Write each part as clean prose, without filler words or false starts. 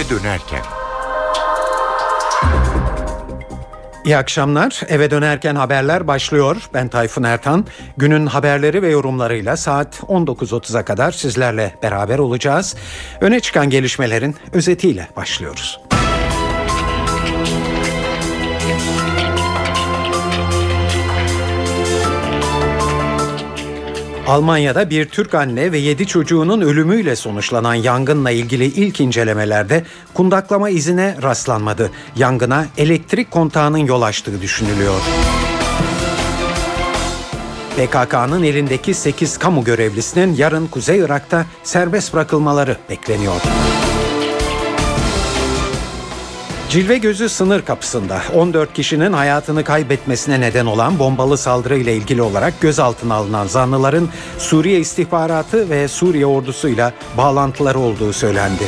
Eve dönerken. İyi akşamlar. Eve dönerken haberler başlıyor. Ben Tayfun Ertan. Günün haberleri ve yorumlarıyla saat 19.30'a kadar sizlerle beraber olacağız. Öne çıkan gelişmelerin özetiyle başlıyoruz. Almanya'da bir Türk anne ve 7 çocuğunun ölümüyle sonuçlanan yangınla ilgili ilk incelemelerde kundaklama izine rastlanmadı. Yangına elektrik kontağının yol açtığı düşünülüyor. PKK'nın elindeki 8 kamu görevlisinin yarın Kuzey Irak'ta serbest bırakılmaları bekleniyor. Cilve Gözü sınır kapısında 14 kişinin hayatını kaybetmesine neden olan bombalı saldırıyla ilgili olarak gözaltına alınan zanlıların Suriye istihbaratı ve Suriye ordusuyla bağlantıları olduğu söylendi.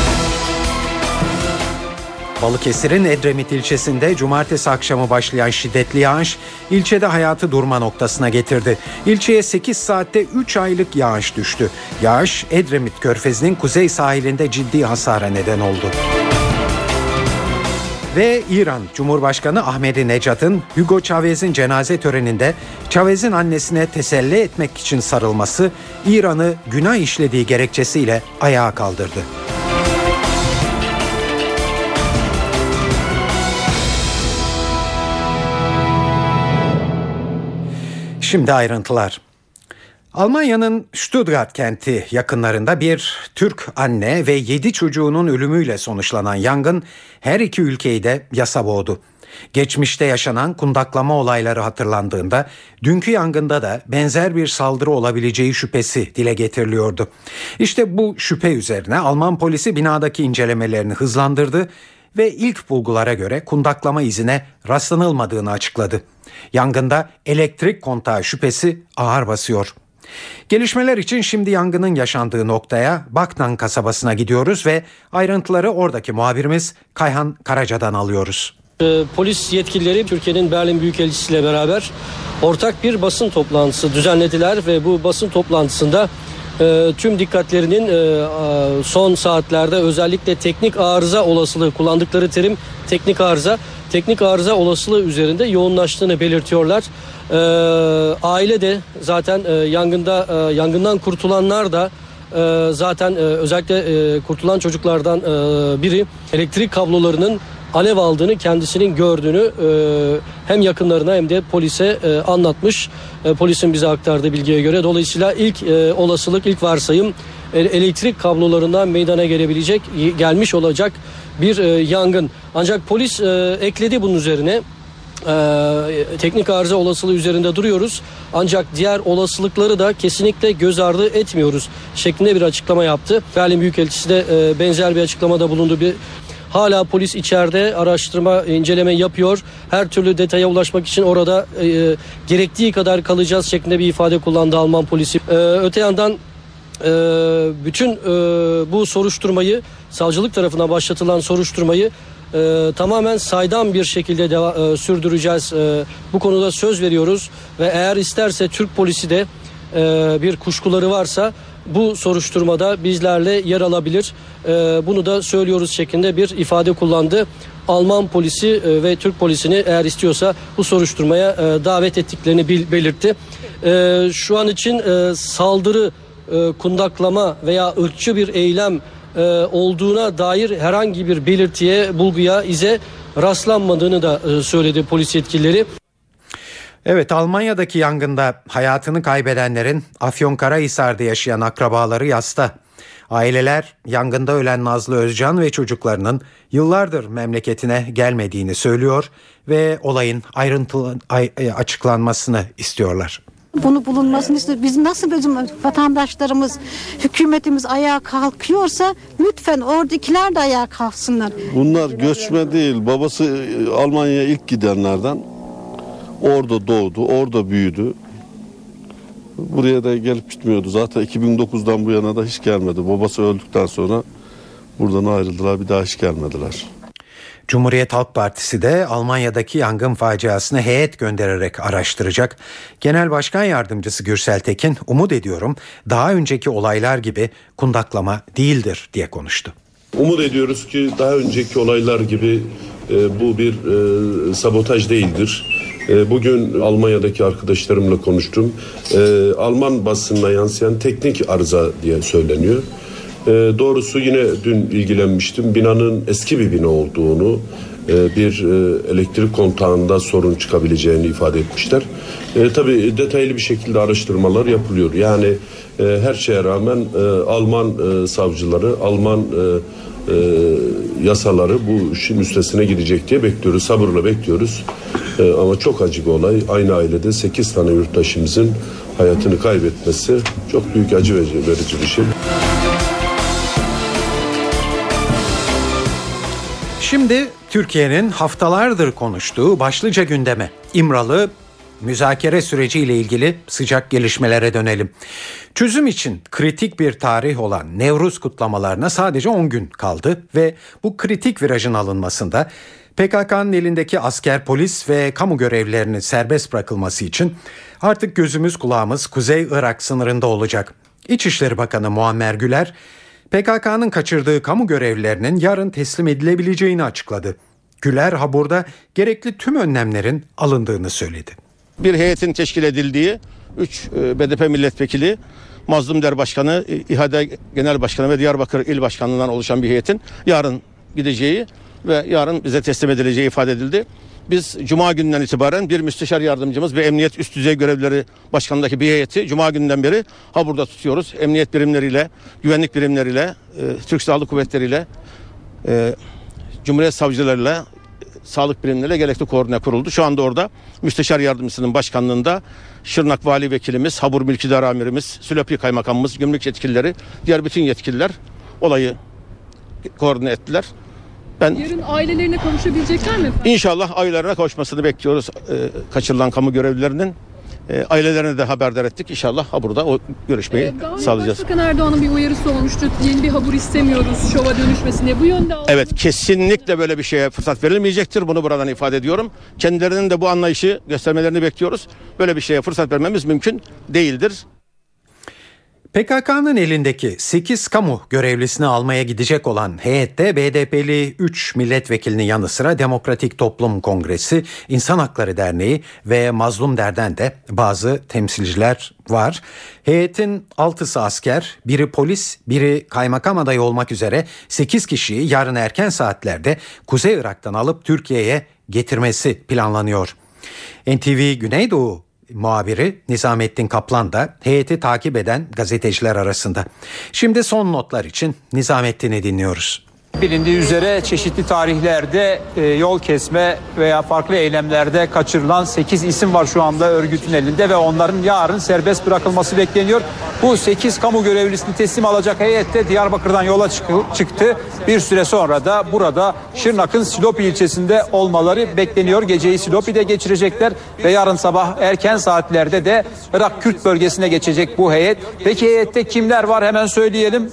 Balıkesir'in Edremit ilçesinde cumartesi akşamı başlayan şiddetli yağış ilçede hayatı durma noktasına getirdi. İlçeye 8 saatte 3 aylık yağış düştü. Yağış Edremit Körfezi'nin kuzey sahilinde ciddi hasara neden oldu. Ve İran Cumhurbaşkanı Ahmadinejad'ın Hugo Chávez'in cenaze töreninde Chávez'in annesine teselli etmek için sarılması İran'ı günah işlediği gerekçesiyle ayağa kaldırdı. Şimdi ayrıntılar. Almanya'nın Stuttgart kenti yakınlarında bir Türk anne ve 7 çocuğunun ölümüyle sonuçlanan yangın her iki ülkeyi de yasa boğdu. Geçmişte yaşanan kundaklama olayları hatırlandığında dünkü yangında da benzer bir saldırı olabileceği şüphesi dile getiriliyordu. İşte bu şüphe üzerine Alman polisi binadaki incelemelerini hızlandırdı ve ilk bulgulara göre kundaklama izine rastlanılmadığını açıkladı. Yangında elektrik kontağı şüphesi ağır basıyor. Gelişmeler için şimdi yangının yaşandığı noktaya Baknan kasabasına gidiyoruz ve ayrıntıları oradaki muhabirimiz Kayhan Karaca'dan alıyoruz. Polis yetkilileri Türkiye'nin Berlin Büyükelçisi ile beraber ortak bir basın toplantısı düzenlediler ve bu basın toplantısında tüm dikkatlerinin son saatlerde özellikle teknik arıza olasılığı, kullandıkları terim teknik arıza olasılığı üzerinde yoğunlaştığını belirtiyorlar. Aile de zaten yangından kurtulanlar da zaten özellikle kurtulan çocuklardan biri elektrik kablolarının alev aldığını, kendisinin gördüğünü hem yakınlarına hem de polise anlatmış. Polisin bize aktardığı bilgiye göre. Dolayısıyla ilk olasılık, ilk varsayım elektrik kablolarından meydana gelmiş olacak bir yangın. Ancak polis ekledi bunun üzerine. Teknik arıza olasılığı üzerinde duruyoruz. Ancak diğer olasılıkları da kesinlikle göz ardı etmiyoruz şeklinde bir açıklama yaptı. Berlin Büyükelçisi de benzer bir açıklamada bulundu. Hala polis içeride araştırma, inceleme yapıyor. Her türlü detaya ulaşmak için orada gerektiği kadar kalacağız şeklinde bir ifade kullandı Alman polisi. Öte yandan bütün bu soruşturmayı, savcılık tarafından başlatılan soruşturmayı tamamen saydam bir şekilde sürdüreceğiz. Bu konuda söz veriyoruz ve eğer isterse Türk polisi de bir kuşkuları varsa bu soruşturmada bizlerle yer alabilir. Bunu da söylüyoruz şeklinde bir ifade kullandı. Alman polisi ve Türk polisini eğer istiyorsa bu soruşturmaya davet ettiklerini belirtti. Şu an için saldırı, kundaklama veya ırkçı bir eylem olduğuna dair herhangi bir belirtiye, bulguya, ize rastlanmadığını da söyledi polis yetkilileri. Evet, Almanya'daki yangında hayatını kaybedenlerin Afyonkarahisar'da yaşayan akrabaları yasta. Aileler yangında ölen Nazlı Özcan ve çocuklarının yıllardır memleketine gelmediğini söylüyor ve olayın ayrıntılı açıklanmasını istiyorlar. Bunu bulunmasını istiyoruz. Biz nasıl bizim vatandaşlarımız, hükümetimiz ayağa kalkıyorsa lütfen oradakiler de ayağa kalksınlar. Bunlar göçme değil. Babası Almanya'ya ilk gidenlerden. Orada doğdu, orada büyüdü. Buraya da gelip gitmiyordu. Zaten 2009'dan bu yana da hiç gelmedi. Babası öldükten sonra buradan ayrıldılar, bir daha hiç gelmediler. Cumhuriyet Halk Partisi de Almanya'daki yangın faciasını heyet göndererek araştıracak. Genel Başkan Yardımcısı Gürsel Tekin, umut ediyorum daha önceki olaylar gibi kundaklama değildir diye konuştu. Umut ediyoruz ki daha önceki olaylar gibi bu bir sabotaj değildir. Bugün Almanya'daki arkadaşlarımla konuştum. Alman basınına yansıyan teknik arıza diye söyleniyor. Doğrusu yine dün ilgilenmiştim. Binanın eski bir bina olduğunu, bir elektrik kontağında sorun çıkabileceğini ifade etmişler. Tabii detaylı bir şekilde araştırmalar yapılıyor. Yani her şeye rağmen Alman savcıları, Alman yasaları bu işin üstesine gidecek diye bekliyoruz. Sabırla bekliyoruz. Ama çok acı bir olay. Aynı ailede 8 tane yurttaşımızın hayatını kaybetmesi çok büyük acı verici bir şey. Şimdi Türkiye'nin haftalardır konuştuğu başlıca gündeme, İmralı müzakere süreciyle ilgili sıcak gelişmelere dönelim. Çözüm için kritik bir tarih olan Nevruz kutlamalarına sadece 10 gün kaldı ve bu kritik virajın alınmasında PKK'nın elindeki asker, polis ve kamu görevlilerinin serbest bırakılması için artık gözümüz kulağımız Kuzey Irak sınırında olacak. İçişleri Bakanı Muammer Güler, PKK'nın kaçırdığı kamu görevlilerinin yarın teslim edilebileceğini açıkladı. Güler Habur'da gerekli tüm önlemlerin alındığını söyledi. Bir heyetin teşkil edildiği 3 BDP milletvekili, Mazlum Der Başkanı, İHA'da Genel Başkanı ve Diyarbakır İl Başkanlığı'ndan oluşan bir heyetin yarın gideceği ve yarın bize teslim edileceği ifade edildi. Biz Cuma gününden itibaren bir müsteşar yardımcımız ve emniyet üst düzey görevlileri başkanındaki bir heyeti Cuma günden beri Habur'da tutuyoruz. Emniyet birimleriyle, güvenlik birimleriyle, Türk Silahlı Kuvvetleriyle, Cumhuriyet savcılarıyla, sağlık birimleriyle gerekli koordine kuruldu. Şu anda orada müsteşar yardımcısının başkanlığında Şırnak Vali Vekilimiz, Habur Mülkidar Amirimiz, Sülepli Kaymakamımız, gümrük yetkilileri, diğer bütün yetkililer olayı koordine ettiler. Yarın ailelerine kavuşabilecekler mi efendim? İnşallah ailelerine kavuşmasını bekliyoruz kaçırılan kamu görevlilerinin. Ailelerine de haberdar ettik. İnşallah burada o görüşmeyi sağlayacağız. Başbakan Erdoğan'ın bir uyarısı olmuştu. Yeni bir Habur istemiyoruz şova dönüşmesine. Bu yönde Evet, kesinlikle böyle bir şeye fırsat verilmeyecektir. Bunu buradan ifade ediyorum. Kendilerinin de bu anlayışı göstermelerini bekliyoruz. Böyle bir şeye fırsat vermemiz mümkün değildir. PKK'nın elindeki 8 kamu görevlisini almaya gidecek olan heyette BDP'li 3 milletvekilinin yanı sıra Demokratik Toplum Kongresi, İnsan Hakları Derneği ve Mazlum Der'den de bazı temsilciler var. Heyetin 6'sı asker, biri polis, biri kaymakam adayı olmak üzere 8 kişiyi yarın erken saatlerde Kuzey Irak'tan alıp Türkiye'ye getirmesi planlanıyor. NTV Güneydoğu muhabiri Nizamettin Kaplan da heyeti takip eden gazeteciler arasında. Şimdi son notlar için Nizamettin'i dinliyoruz. Bilindiği üzere çeşitli tarihlerde yol kesme veya farklı eylemlerde kaçırılan 8 isim var şu anda örgütün elinde ve onların yarın serbest bırakılması bekleniyor. Bu 8 kamu görevlisini teslim alacak heyet de Diyarbakır'dan yola çıktı. Bir süre sonra da burada Şırnak'ın Silopi ilçesinde olmaları bekleniyor. Geceyi Silopi'de geçirecekler ve yarın sabah erken saatlerde de Irak Kürt bölgesine geçecek bu heyet. Peki heyette kimler var hemen söyleyelim.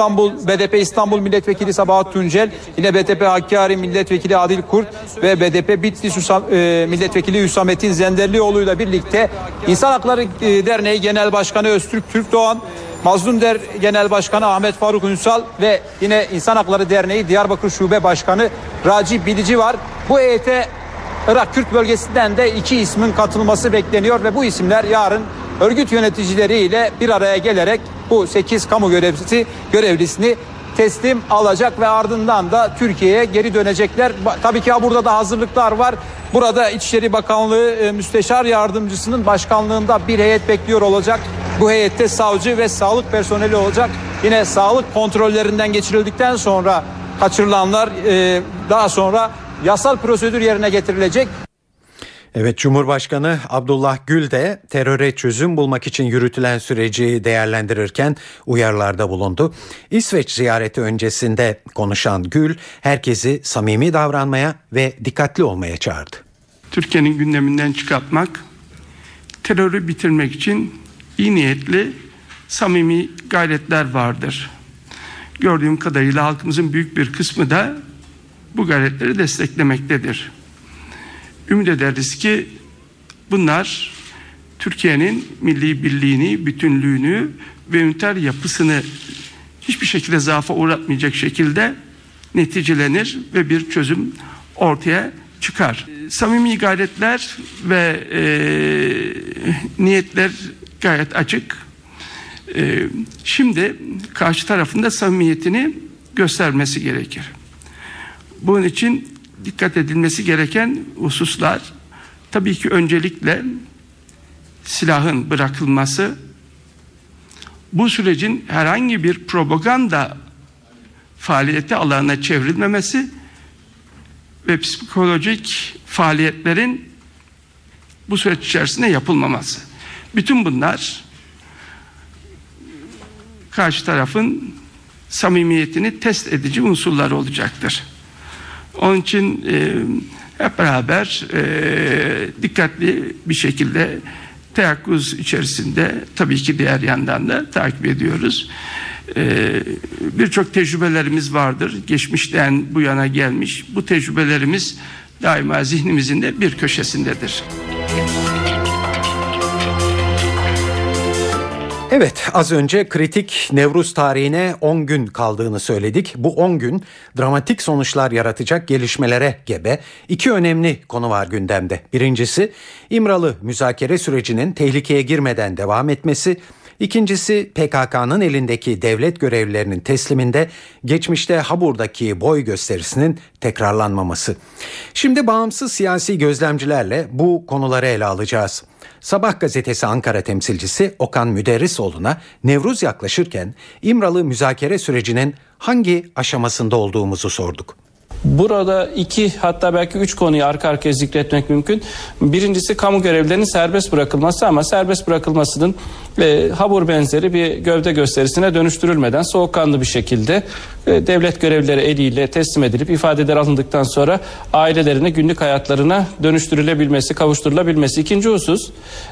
BDP İstanbul Milletvekili Sabahat Tuncel, yine BDP Hakkari Milletvekili Adil Kurt ve BDP Bitlis Milletvekili Hüsamettin Zenderlioğlu ile birlikte İnsan Hakları Derneği Genel Başkanı Öztürk Türkdoğan, Mazlum Der Genel Başkanı Ahmet Faruk Ünsal ve yine İnsan Hakları Derneği Diyarbakır Şube Başkanı Raci Bilici var. Bu heyete Irak Kürt bölgesinden de 2 ismin katılması bekleniyor ve bu isimler yarın örgüt yöneticileriyle bir araya gelerek bu 8 kamu görevlisini teslim alacak ve ardından da Türkiye'ye geri dönecekler. Tabii ki burada da hazırlıklar var. Burada İçişleri Bakanlığı Müsteşar Yardımcısının başkanlığında bir heyet bekliyor olacak. Bu heyette savcı ve sağlık personeli olacak. Yine sağlık kontrollerinden geçirildikten sonra kaçırılanlar daha sonra yasal prosedür yerine getirilecek. Evet, Cumhurbaşkanı Abdullah Gül de teröre çözüm bulmak için yürütülen süreci değerlendirirken uyarılarda bulundu. İsveç ziyareti öncesinde konuşan Gül, herkesi samimi davranmaya ve dikkatli olmaya çağırdı. Türkiye'nin gündeminden çıkartmak, terörü bitirmek için iyi niyetli, samimi gayretler vardır. Gördüğüm kadarıyla halkımızın büyük bir kısmı da bu gayretleri desteklemektedir. Ümit ederiz ki bunlar Türkiye'nin milli birliğini, bütünlüğünü ve üniter yapısını hiçbir şekilde zaafa uğratmayacak şekilde neticelenir ve bir çözüm ortaya çıkar. Samimi gayretler ve niyetler gayet açık. Şimdi karşı tarafın da samimiyetini göstermesi gerekir. Bunun için dikkat edilmesi gereken hususlar tabii ki öncelikle silahın bırakılması, bu sürecin herhangi bir propaganda faaliyeti alanına çevrilmemesi ve psikolojik faaliyetlerin bu süreç içerisinde yapılmaması. Bütün bunlar karşı tarafın samimiyetini test edici unsurlar olacaktır. Onun için hep beraber dikkatli bir şekilde teyakkuz içerisinde tabii ki diğer yandan da takip ediyoruz. Birçok tecrübelerimiz vardır. Geçmişten bu yana gelmiş. Bu tecrübelerimiz daima zihnimizin de bir köşesindedir. Evet, az önce kritik Nevruz tarihine 10 gün kaldığını söyledik. Bu 10 gün dramatik sonuçlar yaratacak gelişmelere gebe. 2 önemli konu var gündemde. Birincisi, İmralı müzakere sürecinin tehlikeye girmeden devam etmesi. İkincisi, PKK'nın elindeki devlet görevlilerinin tesliminde geçmişte Habur'daki boy gösterisinin tekrarlanmaması. Şimdi bağımsız siyasi gözlemcilerle bu konuları ele alacağız. Sabah gazetesi Ankara temsilcisi Okan Müderrisoğlu'na Nevruz yaklaşırken İmralı müzakere sürecinin hangi aşamasında olduğumuzu sorduk. Burada 2 hatta belki 3 konuyu arka arkaya zikretmek mümkün. Birincisi kamu görevlilerinin serbest bırakılması ama serbest bırakılmasının Habur benzeri bir gövde gösterisine dönüştürülmeden soğukkanlı bir şekilde devlet görevlileri eliyle teslim edilip ifadeler alındıktan sonra ailelerine günlük hayatlarına dönüştürülebilmesi, kavuşturulabilmesi. İkinci husus,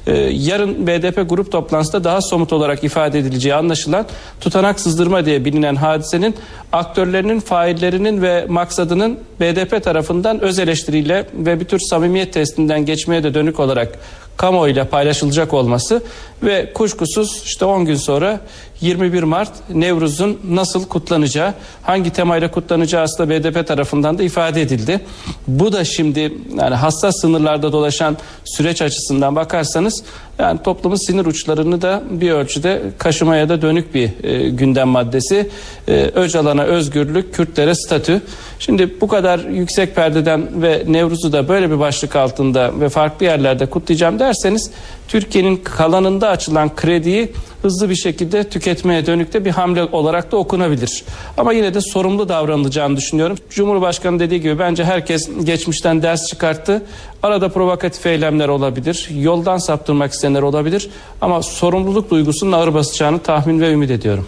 yarın BDP grup toplantısında daha somut olarak ifade edileceği anlaşılan tutanak sızdırma diye bilinen hadisenin aktörlerinin, faillerinin ve maksadının BDP tarafından öz eleştiriyle ve bir tür samimiyet testinden geçmeye de dönük olarak kamuoyuyla paylaşılacak olması ve kuşkusuz işte 10 gün sonra 21 Mart Nevruz'un nasıl kutlanacağı, hangi temayla kutlanacağı aslında BDP tarafından da ifade edildi. Bu da şimdi yani hassas sınırlarda dolaşan süreç açısından bakarsanız yani toplumun sinir uçlarını da bir ölçüde kaşımaya da dönük bir gündem maddesi. Öcalan'a özgürlük, Kürtlere statü. Şimdi bu kadar yüksek perdeden ve Nevruz'u da böyle bir başlık altında ve farklı yerlerde kutlayacağım derseniz Türkiye'nin kalanında açılan krediyi hızlı bir şekilde tüketmeye dönük de bir hamle olarak da okunabilir. Ama yine de sorumlu davranılacağını düşünüyorum. Cumhurbaşkanı dediği gibi bence herkes geçmişten ders çıkarttı. Arada provokatif eylemler olabilir, yoldan saptırmak isteyenler olabilir ama sorumluluk duygusunun ağır basacağını tahmin ve ümit ediyorum.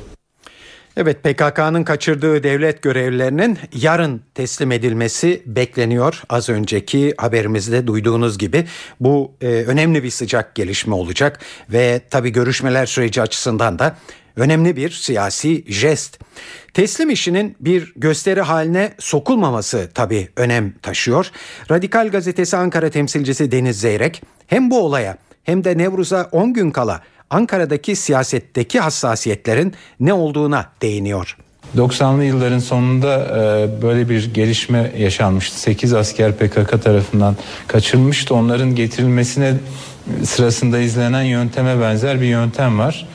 Evet, PKK'nın kaçırdığı devlet görevlilerinin yarın teslim edilmesi bekleniyor. Az önceki haberimizde duyduğunuz gibi bu önemli bir sıcak gelişme olacak ve tabii görüşmeler süreci açısından da önemli bir siyasi jest. Teslim işinin bir gösteri haline sokulmaması tabii önem taşıyor. Radikal Gazetesi Ankara temsilcisi Deniz Zeyrek hem bu olaya hem de Nevruz'a 10 gün kala Ankara'daki siyasetteki hassasiyetlerin ne olduğuna değiniyor. 90'lı yılların sonunda böyle bir gelişme yaşanmıştı. 8 asker PKK tarafından kaçırılmıştı. Onların getirilmesine sırasında izlenen yönteme benzer bir yöntem var.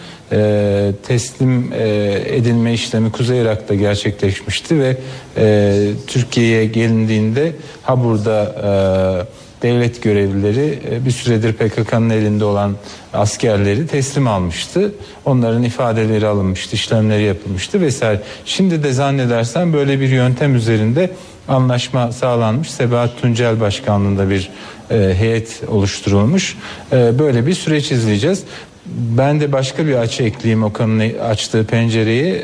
Teslim edilme işlemi Kuzey Irak'ta gerçekleşmişti ve Türkiye'ye gelindiğinde Habur'da devlet görevlileri bir süredir PKK'nın elinde olan askerleri teslim almıştı. Onların ifadeleri alınmıştı, işlemleri yapılmıştı vesaire. Şimdi de zannedersem böyle bir yöntem üzerinde anlaşma sağlanmış. Sebahat Tuncel başkanlığında bir heyet oluşturulmuş. Böyle bir süreç izleyeceğiz. Ben de başka bir açı ekleyeyim Okan'ın açtığı pencereyi.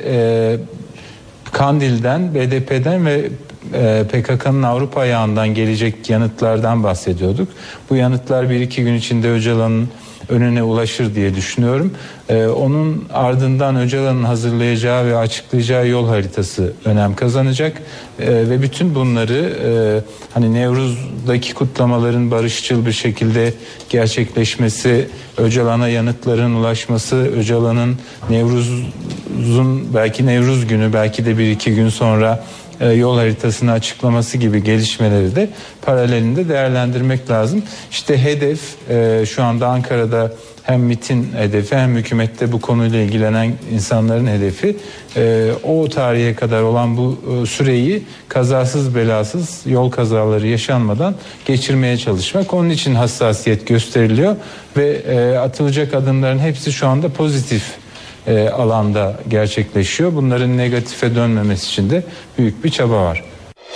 Kandil'den, BDP'den ve PKK'nın Avrupa ayağından gelecek yanıtlardan bahsediyorduk. Bu yanıtlar 1-2 gün içinde Öcalan'ın önüne ulaşır diye düşünüyorum. Onun ardından Öcalan'ın hazırlayacağı ve açıklayacağı yol haritası önem kazanacak. Ve bütün bunları hani Nevruz'daki kutlamaların barışçıl bir şekilde gerçekleşmesi, Öcalan'a yanıtların ulaşması, Öcalan'ın Nevruz'un belki Nevruz günü belki de 1-2 gün sonra yol haritasını açıklaması gibi gelişmeleri de paralelinde değerlendirmek lazım. İşte hedef şu anda Ankara'da hem MİT'in hedefi hem hükümette bu konuyla ilgilenen insanların hedefi o tarihe kadar olan bu süreyi kazasız belasız yol kazaları yaşanmadan geçirmeye çalışmak. Onun için hassasiyet gösteriliyor ve atılacak adımların hepsi şu anda pozitif alanda gerçekleşiyor. Bunların negatife dönmemesi için de büyük bir çaba var.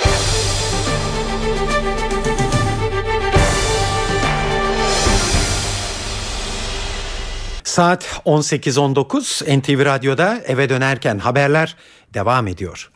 Saat 18.19 NTV Radyo'da eve dönerken haberler devam ediyor.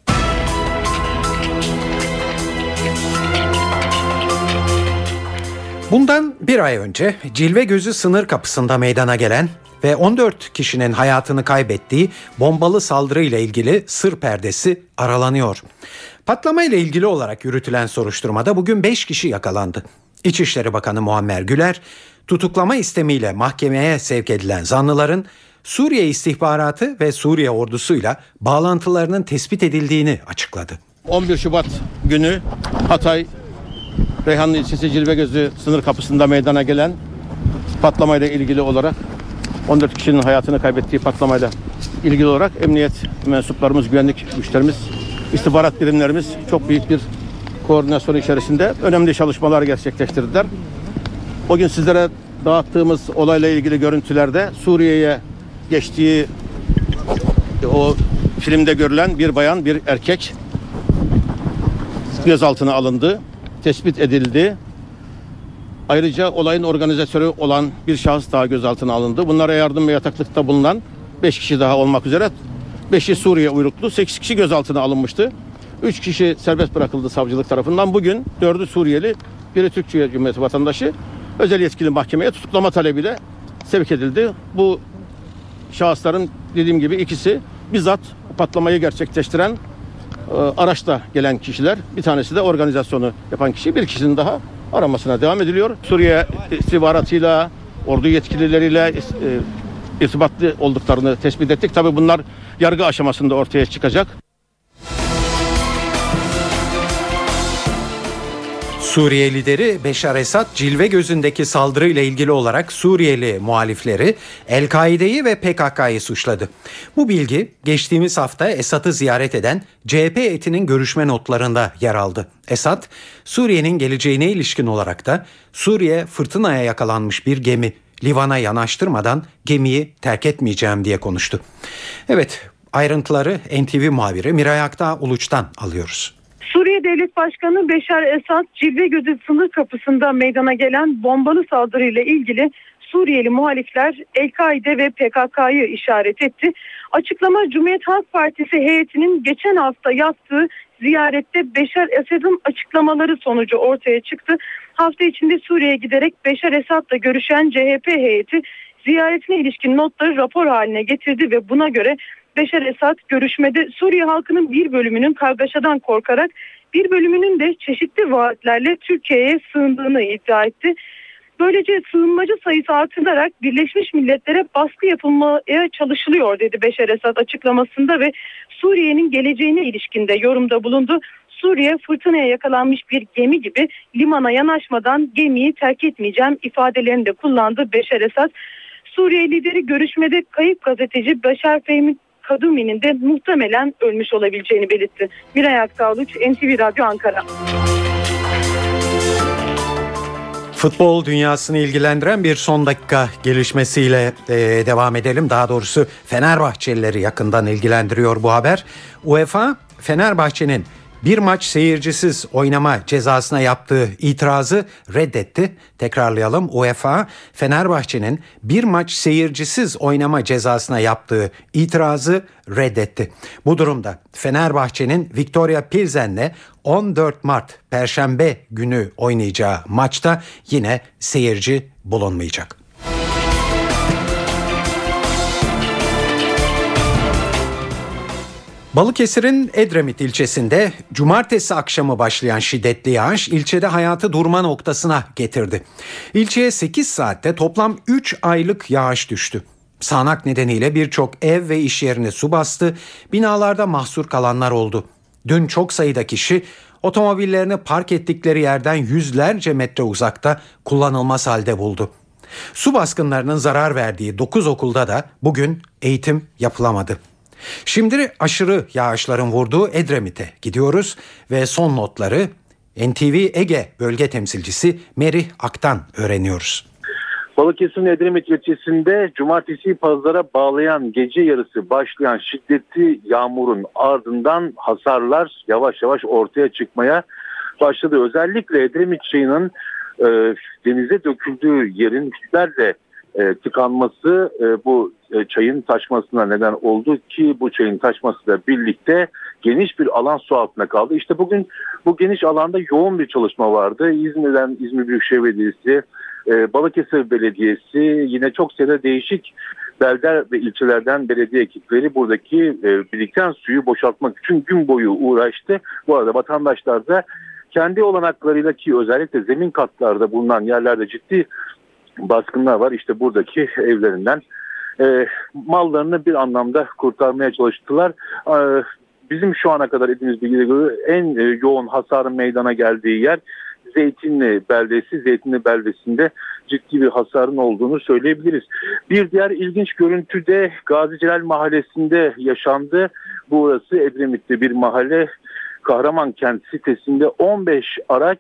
Bundan bir ay önce Cilvegözü sınır kapısında meydana gelen ve 14 kişinin hayatını kaybettiği bombalı saldırıyla ilgili sır perdesi aralanıyor. Patlamayla ilgili olarak yürütülen soruşturmada bugün 5 kişi yakalandı. İçişleri Bakanı Muammer Güler, tutuklama istemiyle mahkemeye sevk edilen zanlıların Suriye istihbaratı ve Suriye ordusuyla bağlantılarının tespit edildiğini açıkladı. 11 Şubat günü Hatay Reyhanlı ilçesi Cilvegözü sınır kapısında meydana gelen patlamayla ilgili olarak 14 kişinin hayatını kaybettiği patlamayla ilgili olarak emniyet mensuplarımız, güvenlik güçlerimiz, istihbarat birimlerimiz çok büyük bir koordinasyon içerisinde önemli çalışmalar gerçekleştirdiler. O gün sizlere dağıttığımız olayla ilgili görüntülerde Suriye'ye geçtiği o filmde görülen bir bayan, bir erkek gözaltına alındı, tespit edildi. Ayrıca olayın organizatörü olan bir şahıs daha gözaltına alındı. Bunlara yardım ve yataklıkta bulunan 5 kişi daha olmak üzere 5'i Suriye uyruklu, 8 kişi gözaltına alınmıştı. 3 kişi serbest bırakıldı savcılık tarafından. Bugün 4'ü Suriyeli, biri Türkiye Cumhuriyeti vatandaşı özel yetkili mahkemeye tutuklama talebiyle sevk edildi. Bu şahısların dediğim gibi ikisi bizzat patlamayı gerçekleştiren araçta gelen kişiler. Bir tanesi de organizasyonu yapan kişi. Bir kişinin daha aramasına devam ediliyor. Suriye istihbaratıyla, ordu yetkilileriyle irtibatlı olduklarını tespit ettik. Tabii bunlar yargı aşamasında ortaya çıkacak. Suriye lideri Beşar Esad, Cilvegözü'ndeki saldırıyla ilgili olarak Suriyeli muhalifleri, El-Kaide'yi ve PKK'yı suçladı. Bu bilgi geçtiğimiz hafta Esad'ı ziyaret eden CHP heyetinin görüşme notlarında yer aldı. Esad, Suriye'nin geleceğine ilişkin olarak da Suriye fırtınaya yakalanmış bir gemi, livana yanaştırmadan gemiyi terk etmeyeceğim diye konuştu. Evet, ayrıntıları NTV muhabiri Miray Aktağ Uluç'tan alıyoruz. Suriye Devlet Başkanı Beşar Esad, Cilvegözü sınır kapısında meydana gelen bombalı saldırıyla ilgili Suriyeli muhalifler El-Kaide ve PKK'yı işaret etti. Açıklama Cumhuriyet Halk Partisi heyetinin geçen hafta yaptığı ziyarette Beşar Esad'ın açıklamaları sonucu ortaya çıktı. Hafta içinde Suriye'ye giderek Beşar Esad'la görüşen CHP heyeti ziyaretine ilişkin notları rapor haline getirdi ve buna göre Beşar Esad görüşmede Suriye halkının bir bölümünün kargaşadan korkarak bir bölümünün de çeşitli vaatlerle Türkiye'ye sığındığını iddia etti. Böylece sığınmacı sayısı artırılarak Birleşmiş Milletler'e baskı yapılmaya çalışılıyor dedi Beşar Esad açıklamasında ve Suriye'nin geleceğine ilişkin de yorumda bulundu. Suriye fırtınaya yakalanmış bir gemi gibi limana yanaşmadan gemiyi terk etmeyeceğim ifadelerini de kullandı Beşar Esad. Suriye lideri görüşmede kayıp gazeteci Beşar Fehmi Kadumi'nin de muhtemelen ölmüş olabileceğini belirtti. Miray Aktağ Uluç, NTV Radyo Ankara. Futbol dünyasını ilgilendiren bir son dakika gelişmesiyle devam edelim. Daha doğrusu Fenerbahçelileri yakından ilgilendiriyor bu haber. UEFA, Fenerbahçe'nin bir maç seyircisiz oynama cezasına yaptığı itirazı reddetti. Tekrarlayalım. UEFA, Fenerbahçe'nin bir maç seyircisiz oynama cezasına yaptığı itirazı reddetti. Bu durumda Fenerbahçe'nin Viktoria Pilsen'le 14 Mart Perşembe günü oynayacağı maçta yine seyirci bulunmayacak. Balıkesir'in Edremit ilçesinde cumartesi akşamı başlayan şiddetli yağış ilçede hayatı durma noktasına getirdi. İlçeye 8 saatte toplam 3 aylık yağış düştü. Sağanak nedeniyle birçok ev ve iş yerini su bastı, binalarda mahsur kalanlar oldu. Dün çok sayıda kişi otomobillerini park ettikleri yerden yüzlerce metre uzakta kullanılmaz halde buldu. Su baskınlarının zarar verdiği 9 okulda da bugün eğitim yapılamadı. Şimdi aşırı yağışların vurduğu Edremit'e gidiyoruz ve son notları NTV Ege bölge temsilcisi Merih Ak'tan öğreniyoruz. Balıkesir'in Edremit ilçesinde cumartesi pazara bağlayan gece yarısı başlayan şiddetli yağmurun ardından hasarlar yavaş yavaş ortaya çıkmaya başladı. Özellikle Edremit çayının denize döküldüğü yerin hislerle tıkanması bu çayın taşmasına neden oldu ki bu çayın taşmasıyla birlikte geniş bir alan su altında kaldı. İşte bugün bu geniş alanda yoğun bir çalışma vardı. İzmir Büyükşehir Belediyesi, Balıkesir Belediyesi, yine çok sayıda değişik belde ve ilçelerden belediye ekipleri buradaki biriken suyu boşaltmak için gün boyu uğraştı. Bu arada vatandaşlar da kendi olanaklarıyla, ki özellikle zemin katlarda bulunan yerlerde ciddi baskınlar var. İşte buradaki evlerinden mallarını bir anlamda kurtarmaya çalıştılar. Bizim şu ana kadar edindiğimiz bilgiye göre en yoğun hasarın meydana geldiği yer Zeytinli beldesi. Zeytinli beldesinde ciddi bir hasarın olduğunu söyleyebiliriz. Bir diğer ilginç görüntü de Gazi Celal Mahallesi'nde yaşandı. Burası Edremit'te bir mahalle. Kahramankent sitesinde 15 araç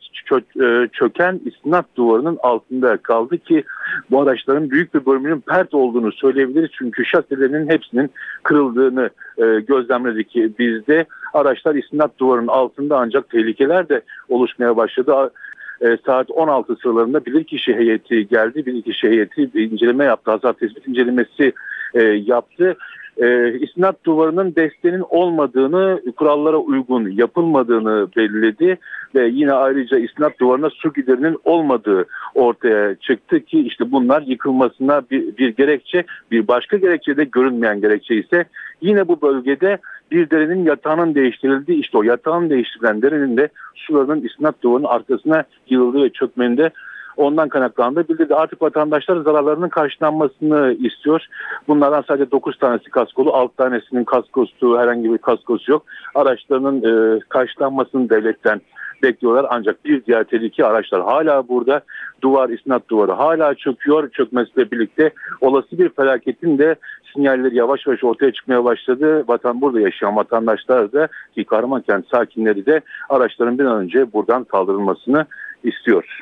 çöken istinat duvarının altında kaldı ki bu araçların büyük bir bölümünün pert olduğunu söyleyebiliriz. Çünkü şasilerinin hepsinin kırıldığını gözlemledik biz de. Araçlar istinat duvarının altında, ancak tehlikeler de oluşmaya başladı. Saat 16 sıralarında bilirkişi heyeti geldi. Bilirkişi heyeti inceleme yaptı. Hasar tespit incelemesi yaptı. İstinat duvarının destenin olmadığını, kurallara uygun yapılmadığını belirledi ve yine ayrıca istinat duvarına su giderinin olmadığı ortaya çıktı ki işte bunlar yıkılmasına bir gerekçe. Bir başka gerekçe de görünmeyen gerekçe ise yine bu bölgede bir derenin yatağının değiştirildiği, işte o yatağın değiştirilen derenin de sularının istinat duvarının arkasına yığıldığı ve çökmenin de ondan kaynaklandı. Bildirdi. Artık vatandaşlar zararlarının karşılanmasını istiyor. Bunlardan sadece 9 tanesi kaskolu, 6 tanesinin kaskosu, herhangi bir kaskosu yok. Araçlarının karşılanmasını devletten bekliyorlar. Ancak bir diğer tehlike, araçlar hala burada. Duvar, istinat duvarı hala çöküyor. Çökmesiyle birlikte olası bir felaketin de sinyalleri yavaş yavaş ortaya çıkmaya başladı. Burada yaşayan vatandaşlar da, ki Kahramankent sakinleri de araçların bir an önce buradan kaldırılmasını istiyor.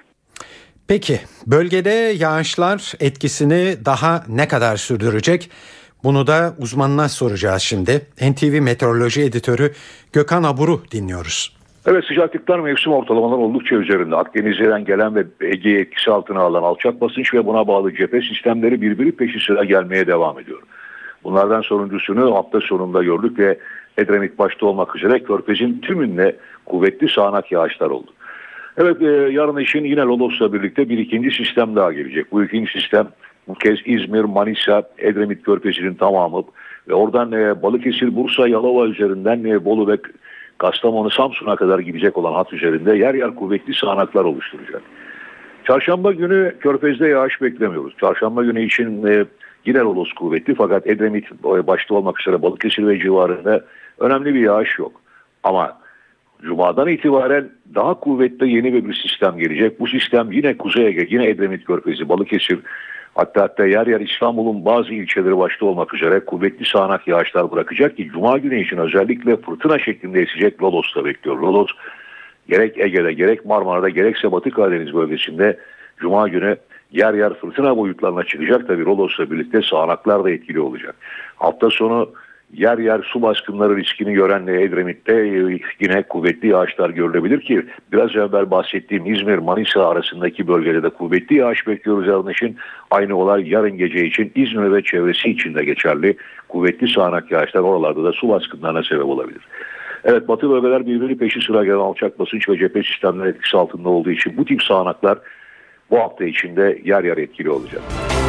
Peki bölgede yağışlar etkisini daha ne kadar sürdürecek? Bunu da uzmanına soracağız şimdi. NTV Meteoroloji Editörü Gökhan Abur'u dinliyoruz. Evet, sıcaklıklar mevsim ortalamalar oldukça üzerinde. Akdeniz'den gelen ve Ege'yi etkisi altına alan alçak basınç ve buna bağlı cephe sistemleri birbiri peşi sıra gelmeye devam ediyor. Bunlardan sonuncusunu hafta sonunda gördük ve Edremit başta olmak üzere Körfez'in tümünde kuvvetli sağanak yağışlar oldu. Evet, yarın için yine Lodos'la birlikte bir ikinci sistem daha gelecek. Bu ikinci sistem bu kez İzmir, Manisa, Edremit Körfezi'nin tamamı ve oradan Balıkesir, Bursa, Yalova üzerinden Bolu ve Kastamonu, Samsun'a kadar gidecek olan hat üzerinde yer yer kuvvetli sağanaklar oluşturacak. Çarşamba günü Körfez'de yağış beklemiyoruz. Çarşamba günü için yine Lodos kuvvetli, fakat Edremit başta olmak üzere Balıkesir ve civarında önemli bir yağış yok. Ama Cuma'dan itibaren daha kuvvetli yeni bir sistem gelecek. Bu sistem yine Kuzey Ege, yine Edremit Körfezi, Balıkesir, hatta yer yer İstanbul'un bazı ilçeleri başta olmak üzere kuvvetli sağanak yağışlar bırakacak ki Cuma günü için özellikle fırtına şeklinde esecek Lodos'ta bekliyor. Lodos gerek Ege'de, gerek Marmara'da, gerekse Batı Karadeniz bölgesinde Cuma günü yer yer fırtına boyutlarına çıkacak. Tabii Lodos'la birlikte sağanaklar da etkili olacak. Hafta sonu yer yer su baskınları riskini gören Edremit'te yine kuvvetli yağışlar görülebilir ki biraz evvel bahsettiğim İzmir, Manisa arasındaki bölgede de kuvvetli yağış bekliyoruz yarın için. Aynı olay yarın gece için İzmir ve çevresi için de geçerli. Kuvvetli sağanak yağışlar oralarda da su baskınlarına sebep olabilir. Evet, batı bölgeler birbirini peşi sıra gelen alçak basınç ve cephe sistemleri etkisi altında olduğu için bu tip sağanaklar bu hafta içinde yer yer etkili olacak.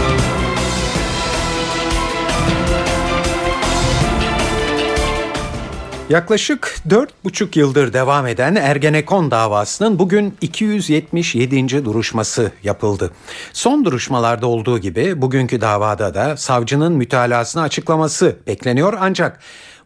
Yaklaşık 4,5 yıldır devam eden Ergenekon davasının bugün 277. duruşması yapıldı. Son duruşmalarda olduğu gibi bugünkü davada da savcının mütalasını açıklaması bekleniyor, ancak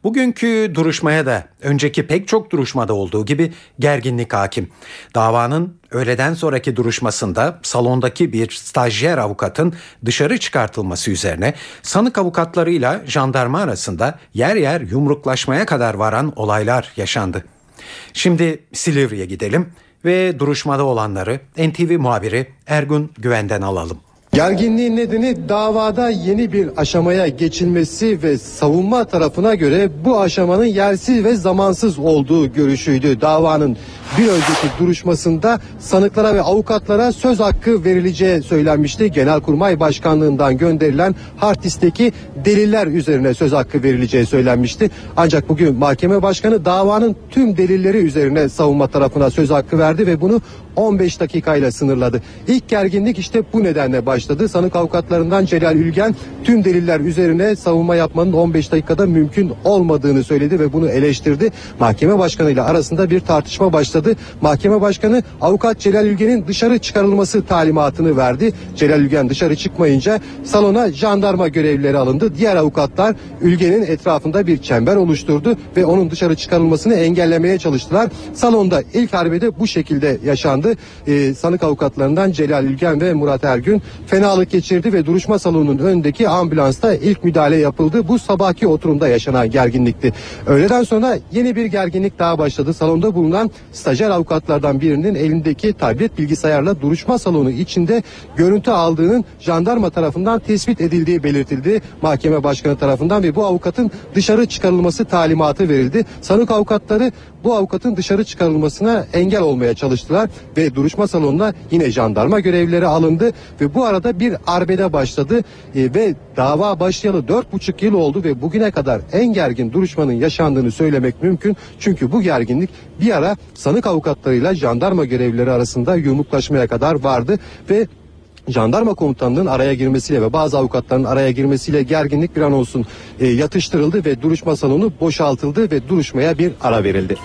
Bugünkü duruşmaya da önceki pek çok duruşmada olduğu gibi gerginlik hakim. Davanın öğleden sonraki duruşmasında salondaki bir stajyer avukatın dışarı çıkartılması üzerine sanık avukatlarıyla jandarma arasında yer yer yumruklaşmaya kadar varan olaylar yaşandı. Şimdi Silivri'ye gidelim ve duruşmada olanları NTV muhabiri Ergun Güven'den alalım. Gerginliğin nedeni davada yeni bir aşamaya geçilmesi ve savunma tarafına göre bu aşamanın yersiz ve zamansız olduğu görüşüydü. Davanın bir önceki duruşmasında sanıklara ve avukatlara söz hakkı verileceği söylenmişti. Genelkurmay Başkanlığından gönderilen hard disk'teki deliller üzerine söz hakkı verileceği söylenmişti. Ancak bugün mahkeme başkanı davanın tüm delilleri üzerine savunma tarafına söz hakkı verdi ve bunu 15 dakikayla sınırladı. İlk gerginlik işte bu nedenle başladı. Sanık avukatlarından Celal Ülgen tüm deliller üzerine savunma yapmanın 15 dakikada mümkün olmadığını söyledi ve bunu eleştirdi. Mahkeme başkanıyla arasında bir tartışma başladı. Mahkeme başkanı avukat Celal Ülgen'in dışarı çıkarılması talimatını verdi. Celal Ülgen dışarı çıkmayınca salona jandarma görevlileri alındı. Diğer avukatlar Ülgen'in etrafında bir çember oluşturdu ve onun dışarı çıkarılmasını engellemeye çalıştılar. Salonda ilk arbede bu şekilde yaşandı. Sanık avukatlarından Celal Ülgen ve Murat Ergün fenalık geçirdi ve duruşma salonunun önündeki ambulansta ilk müdahale yapıldı. Bu sabahki oturumda yaşanan gerginlikti. Öğleden sonra yeni bir gerginlik daha başladı. Salonda bulunan stajyer avukatlardan birinin elindeki tablet bilgisayarla duruşma salonu içinde görüntü aldığının jandarma tarafından tespit edildiği belirtildi. Mahkeme başkanı tarafından ve bu avukatın dışarı çıkarılması talimatı verildi. Sanık avukatları bu avukatın dışarı çıkarılmasına engel olmaya çalıştılar ve duruşma salonuna yine jandarma görevlileri alındı ve bu arada bir arbede başladı ve dava başlayalı 4,5 yıl oldu ve bugüne kadar en gergin duruşmanın yaşandığını söylemek mümkün. Çünkü bu gerginlik bir ara sanık avukatlarıyla jandarma görevlileri arasında yumruklaşmaya kadar vardı ve jandarma komutanının araya girmesiyle ve bazı avukatların araya girmesiyle gerginlik bir an olsun yatıştırıldı ve duruşma salonu boşaltıldı ve duruşmaya bir ara verildi.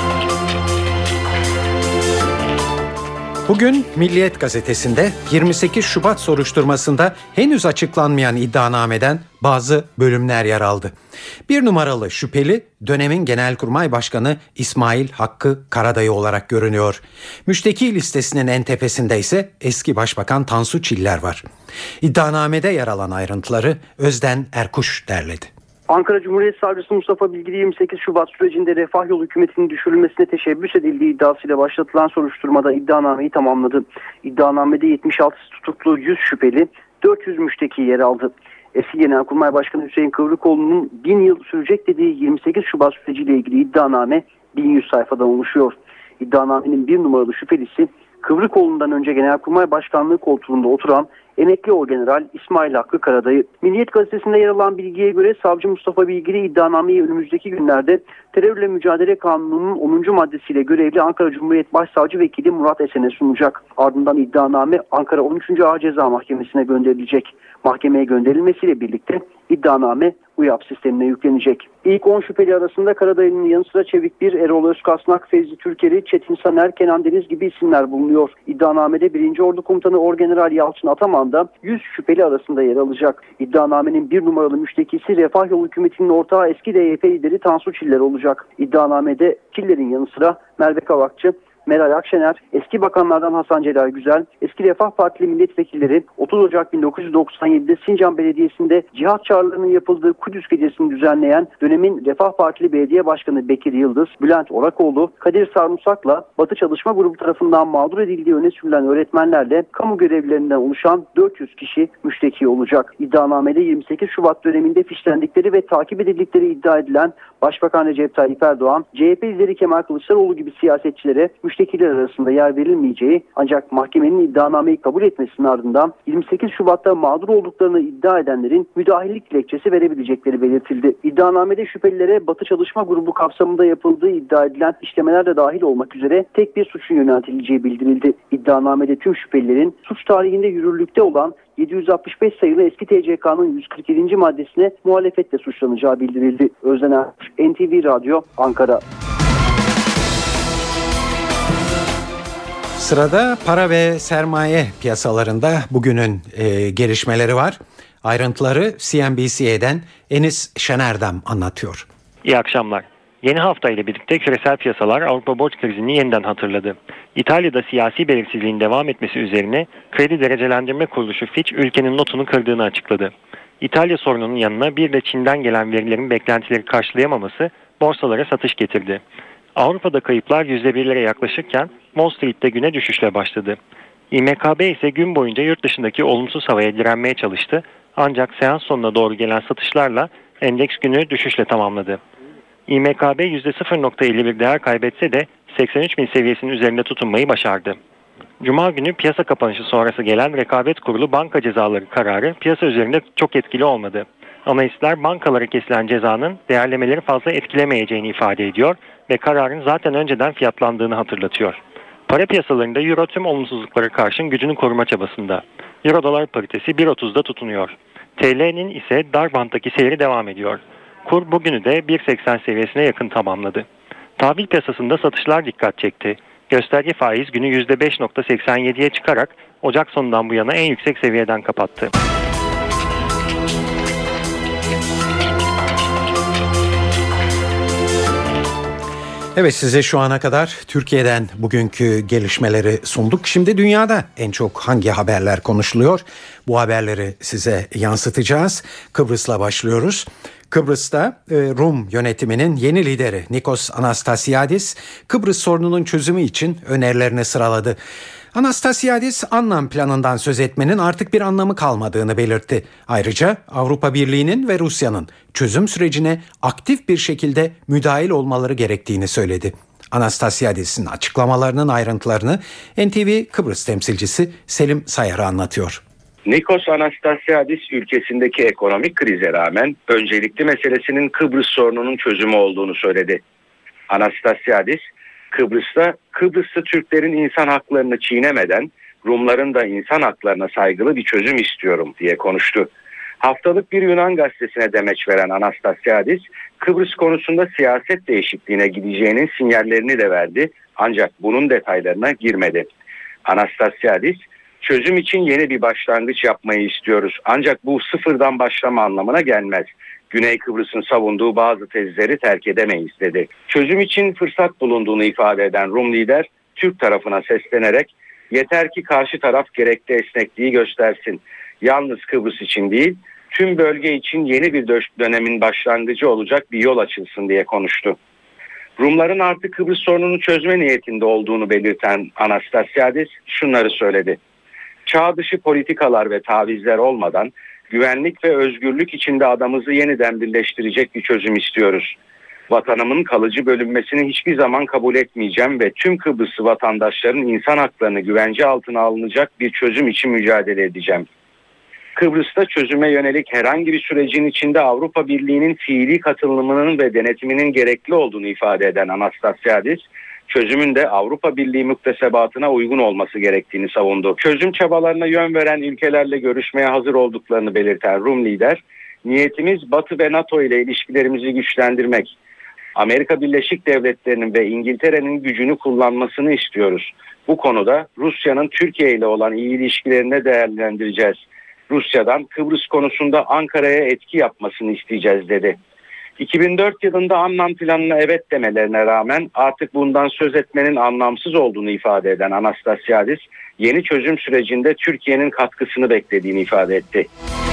Bugün Milliyet gazetesinde 28 Şubat soruşturmasında henüz açıklanmayan iddianameden bazı bölümler yer aldı. Bir numaralı şüpheli dönemin Genelkurmay Başkanı İsmail Hakkı Karadayı olarak görünüyor. Müşteki listesinin en tepesinde ise eski Başbakan Tansu Çiller var. İddianamede yer alan ayrıntıları Özden Erkuş derledi. Ankara Cumhuriyet Savcısı Mustafa Bilgili 28 Şubat sürecinde Refah Yolu hükümetinin düşürülmesine teşebbüs edildiği iddiasıyla başlatılan soruşturmada iddianameyi tamamladı. İddianamede 76 tutuklu 100 şüpheli 400 müşteki yer aldı. Eski Genelkurmay Başkanı Hüseyin Kıvrıkoğlu'nun 1000 yıl sürecek dediği 28 Şubat süreciyle ilgili iddianame 1100 sayfadan oluşuyor. İddianamenin bir numaralı şüphelisi Kıvrıkoğlu'ndan önce Genelkurmay Başkanlığı koltuğunda oturan emekli orgeneral İsmail Hakkı Karadayı. Milliyet gazetesinde yer alan bilgiye göre savcı Mustafa Bilgili iddianameyi önümüzdeki günlerde Terörle Mücadele Kanunu'nun 10. maddesiyle görevli Ankara Cumhuriyet Başsavcı Vekili Murat Esen'e sunacak. Ardından iddianame Ankara 13. Ağır Ceza Mahkemesi'ne gönderilecek. Mahkemeye gönderilmesiyle birlikte iddianame UYAP sistemine yüklenecek. İlk 10 şüpheli arasında Karadayı'nın yanı sıra Çevik Bir, Erol Özkasnak, Fevzi Türkeri, Çetin Saner, Kenan Deniz gibi isimler bulunuyor. İddianamede 1. Ordu Komutanı Orgeneral Yalçın Ataman da 100 şüpheli arasında yer alacak. İddianamenin bir numaralı müştekisi Refah Yolu hükümetinin ortağı eski DYP lideri Tansu Çiller olacak. İddianamede Çiller'in yanı sıra Merve Kavakçı, Meral Akşener, eski bakanlardan Hasan Celal Güzel, eski Refah Partili milletvekilleri 30 Ocak 1997'de Sincan Belediyesi'nde cihat çağrılarının yapıldığı Kudüs Gecesi'ni düzenleyen dönemin Refah Partili Belediye Başkanı Bekir Yıldız, Bülent Orakoğlu, Kadir Sarımsak'la Batı Çalışma Grubu tarafından mağdur edildiği öne sürülen öğretmenlerle kamu görevlilerinden oluşan 400 kişi müşteki olacak. İddianamede 28 Şubat döneminde fişlendikleri ve takip edildikleri iddia edilen Başbakan Recep Tayyip Erdoğan, CHP lideri Kemal Kılıçdaroğlu gibi siyasetçilere müştekiler arasında yer verilmeyeceği ancak mahkemenin iddianameyi kabul etmesinin ardından 28 Şubat'ta mağdur olduklarını iddia edenlerin müdahillik dilekçesi verebilecekleri belirtildi. İddianamede şüphelilere Batı Çalışma Grubu kapsamında yapıldığı iddia edilen işlemeler de dahil olmak üzere tek bir suçun yöneltileceği bildirildi. İddianamede tüm şüphelilerin suç tarihinde yürürlükte olan 765 sayılı eski TCK'nın 147. maddesine muhalefetle suçlanacağı bildirildi. Özden Erkuş, NTV Radyo, Ankara. Sırada para ve sermaye piyasalarında bugünün gelişmeleri var. Ayrıntıları CNBC'den Enis Şenerdam anlatıyor. İyi akşamlar. Yeni hafta ile birlikte küresel piyasalar Avrupa borç krizini yeniden hatırladı. İtalya'da siyasi belirsizliğin devam etmesi üzerine kredi derecelendirme kuruluşu Fitch ülkenin notunu kırdığını açıkladı. İtalya sorununun yanına bir de Çin'den gelen verilerin beklentileri karşılayamaması borsalara satış getirdi. Avrupa'da kayıplar %1'lere yaklaşırken Wall Street'te güne düşüşle başladı. İMKB ise gün boyunca yurt dışındaki olumsuz havaya direnmeye çalıştı. Ancak seans sonuna doğru gelen satışlarla endeks günü düşüşle tamamladı. İMKB %0.51 değer kaybetse de 83.000 seviyesinin üzerinde tutunmayı başardı. Cuma günü piyasa kapanışı sonrası gelen rekabet kurulu banka cezaları kararı piyasa üzerinde çok etkili olmadı. Analistler bankalara kesilen cezanın değerlemeleri fazla etkilemeyeceğini ifade ediyor ve kararın zaten önceden fiyatlandığını hatırlatıyor. Para piyasalarında Euro tüm olumsuzluklara karşın gücünü koruma çabasında. Euro dolar paritesi 1.30'da tutunuyor. TL'nin ise dar banttaki seyri devam ediyor. Kur bugünü de 1.80 seviyesine yakın tamamladı. Tahvil piyasasında satışlar dikkat çekti. Gösterge faiz günü %5.87'ye çıkarak Ocak sonundan bu yana en yüksek seviyeden kapattı. Evet, size şu ana kadar Türkiye'den bugünkü gelişmeleri sunduk. Şimdi dünyada en çok hangi haberler konuşuluyor? Bu haberleri size yansıtacağız. Kıbrıs'la başlıyoruz. Kıbrıs'ta Rum yönetiminin yeni lideri Nikos Anastasiadis Kıbrıs sorununun çözümü için önerilerini sıraladı. Anastasiadis Annan planından söz etmenin artık bir anlamı kalmadığını belirtti. Ayrıca Avrupa Birliği'nin ve Rusya'nın çözüm sürecine aktif bir şekilde müdahil olmaları gerektiğini söyledi. Anastasiadis'in açıklamalarının ayrıntılarını NTV Kıbrıs temsilcisi Selim Sayar'a anlatıyor. Nikos Anastasiadis ülkesindeki ekonomik krize rağmen öncelikli meselesinin Kıbrıs sorununun çözümü olduğunu söyledi. Anastasiadis, Kıbrıs'ta Türklerin insan haklarını çiğnemeden Rumların da insan haklarına saygılı bir çözüm istiyorum diye konuştu. Haftalık bir Yunan gazetesine demeç veren Anastasiadis, Kıbrıs konusunda siyaset değişikliğine gideceğinin sinyallerini de verdi ancak bunun detaylarına girmedi. Anastasiadis, çözüm için yeni bir başlangıç yapmayı istiyoruz ancak bu sıfırdan başlama anlamına gelmez. Güney Kıbrıs'ın savunduğu bazı tezleri terk edemeyiz dedi. Çözüm için fırsat bulunduğunu ifade eden Rum lider Türk tarafına seslenerek yeter ki karşı taraf gerekli esnekliği göstersin. Yalnız Kıbrıs için değil tüm bölge için yeni bir dönemin başlangıcı olacak bir yol açılsın diye konuştu. Rumların artık Kıbrıs sorununu çözme niyetinde olduğunu belirten Anastasiadis şunları söyledi. Çağ dışı politikalar ve tavizler olmadan güvenlik ve özgürlük içinde adamızı yeniden birleştirecek bir çözüm istiyoruz. Vatanımın kalıcı bölünmesini hiçbir zaman kabul etmeyeceğim ve tüm Kıbrıslı vatandaşların insan haklarını güvence altına alınacak bir çözüm için mücadele edeceğim. Kıbrıs'ta çözüme yönelik herhangi bir sürecin içinde Avrupa Birliği'nin fiili katılımının ve denetiminin gerekli olduğunu ifade eden Anastasiadis, çözümün de Avrupa Birliği muktesebatına uygun olması gerektiğini savundu. Çözüm çabalarına yön veren ülkelerle görüşmeye hazır olduklarını belirten Rum lider, niyetimiz Batı ve NATO ile ilişkilerimizi güçlendirmek. Amerika Birleşik Devletleri'nin ve İngiltere'nin gücünü kullanmasını istiyoruz. Bu konuda Rusya'nın Türkiye ile olan iyi ilişkilerini değerlendireceğiz. Rusya'dan Kıbrıs konusunda Ankara'ya etki yapmasını isteyeceğiz dedi. 2004 yılında Annan planına evet demelerine rağmen artık bundan söz etmenin anlamsız olduğunu ifade eden Anastasiadis, yeni çözüm sürecinde Türkiye'nin katkısını beklediğini ifade etti.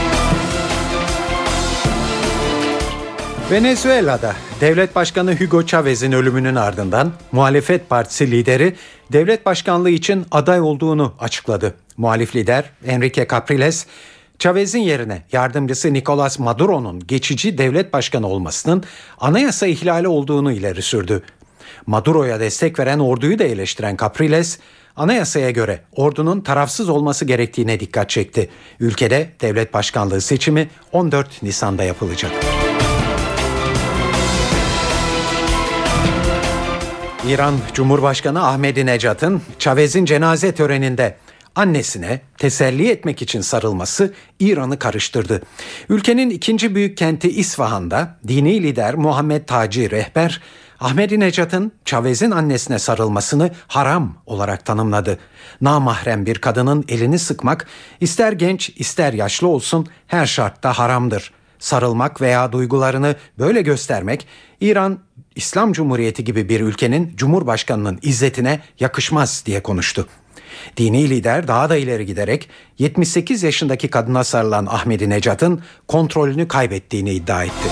Venezuela'da devlet başkanı Hugo Chávez'in ölümünün ardından muhalefet partisi lideri devlet başkanlığı için aday olduğunu açıkladı. Muhalif lider Enrique Capriles, Chávez'in yerine yardımcısı Nicolás Maduro'nun geçici devlet başkanı olmasının anayasa ihlali olduğunu ileri sürdü. Maduro'ya destek veren orduyu da eleştiren Capriles, anayasaya göre ordunun tarafsız olması gerektiğine dikkat çekti. Ülkede devlet başkanlığı seçimi 14 Nisan'da yapılacak. İran Cumhurbaşkanı Ahmadinejad'ın Chávez'in cenaze töreninde annesine teselli etmek için sarılması İran'ı karıştırdı. Ülkenin ikinci büyük kenti İsfahan'da dini lider Muhammed Taci Rehber, Ahmadinejad'ın Chávez'in annesine sarılmasını haram olarak tanımladı. Namahrem bir kadının elini sıkmak ister genç ister yaşlı olsun her şartta haramdır. sarılmak veya duygularını böyle göstermek İran İslam Cumhuriyeti gibi bir ülkenin Cumhurbaşkanının izzetine yakışmaz diye konuştu. Dini lider daha da ileri giderek 78 yaşındaki kadına sarılan Ahmadinejad'ın kontrolünü kaybettiğini iddia etti.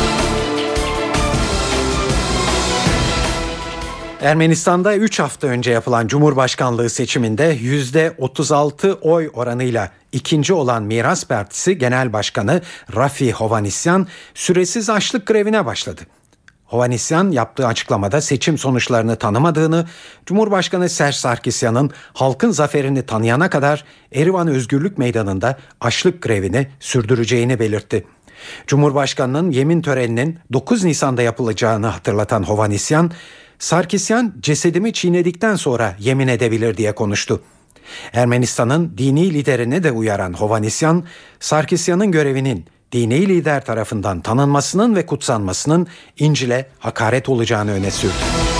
Ermenistan'da 3 hafta önce yapılan Cumhurbaşkanlığı seçiminde %36 oy oranıyla ikinci olan Miras Partisi Genel Başkanı Rafi Hovhannisyan süresiz açlık grevine başladı. Hovhannisyan yaptığı açıklamada seçim sonuçlarını tanımadığını, Cumhurbaşkanı Serj Sarkisyan'ın halkın zaferini tanıyana kadar Erivan Özgürlük Meydanı'nda açlık grevini sürdüreceğini belirtti. Cumhurbaşkanının yemin töreninin 9 Nisan'da yapılacağını hatırlatan Hovhannisyan, Sarkisyan cesedimi çiğnedikten sonra yemin edebilir diye konuştu. Ermenistan'ın dini liderini de uyaran Hovhannisyan, Sarkisyan'ın görevinin dini lider tarafından tanınmasının ve kutsanmasının İncil'e hakaret olacağını öne sürdü.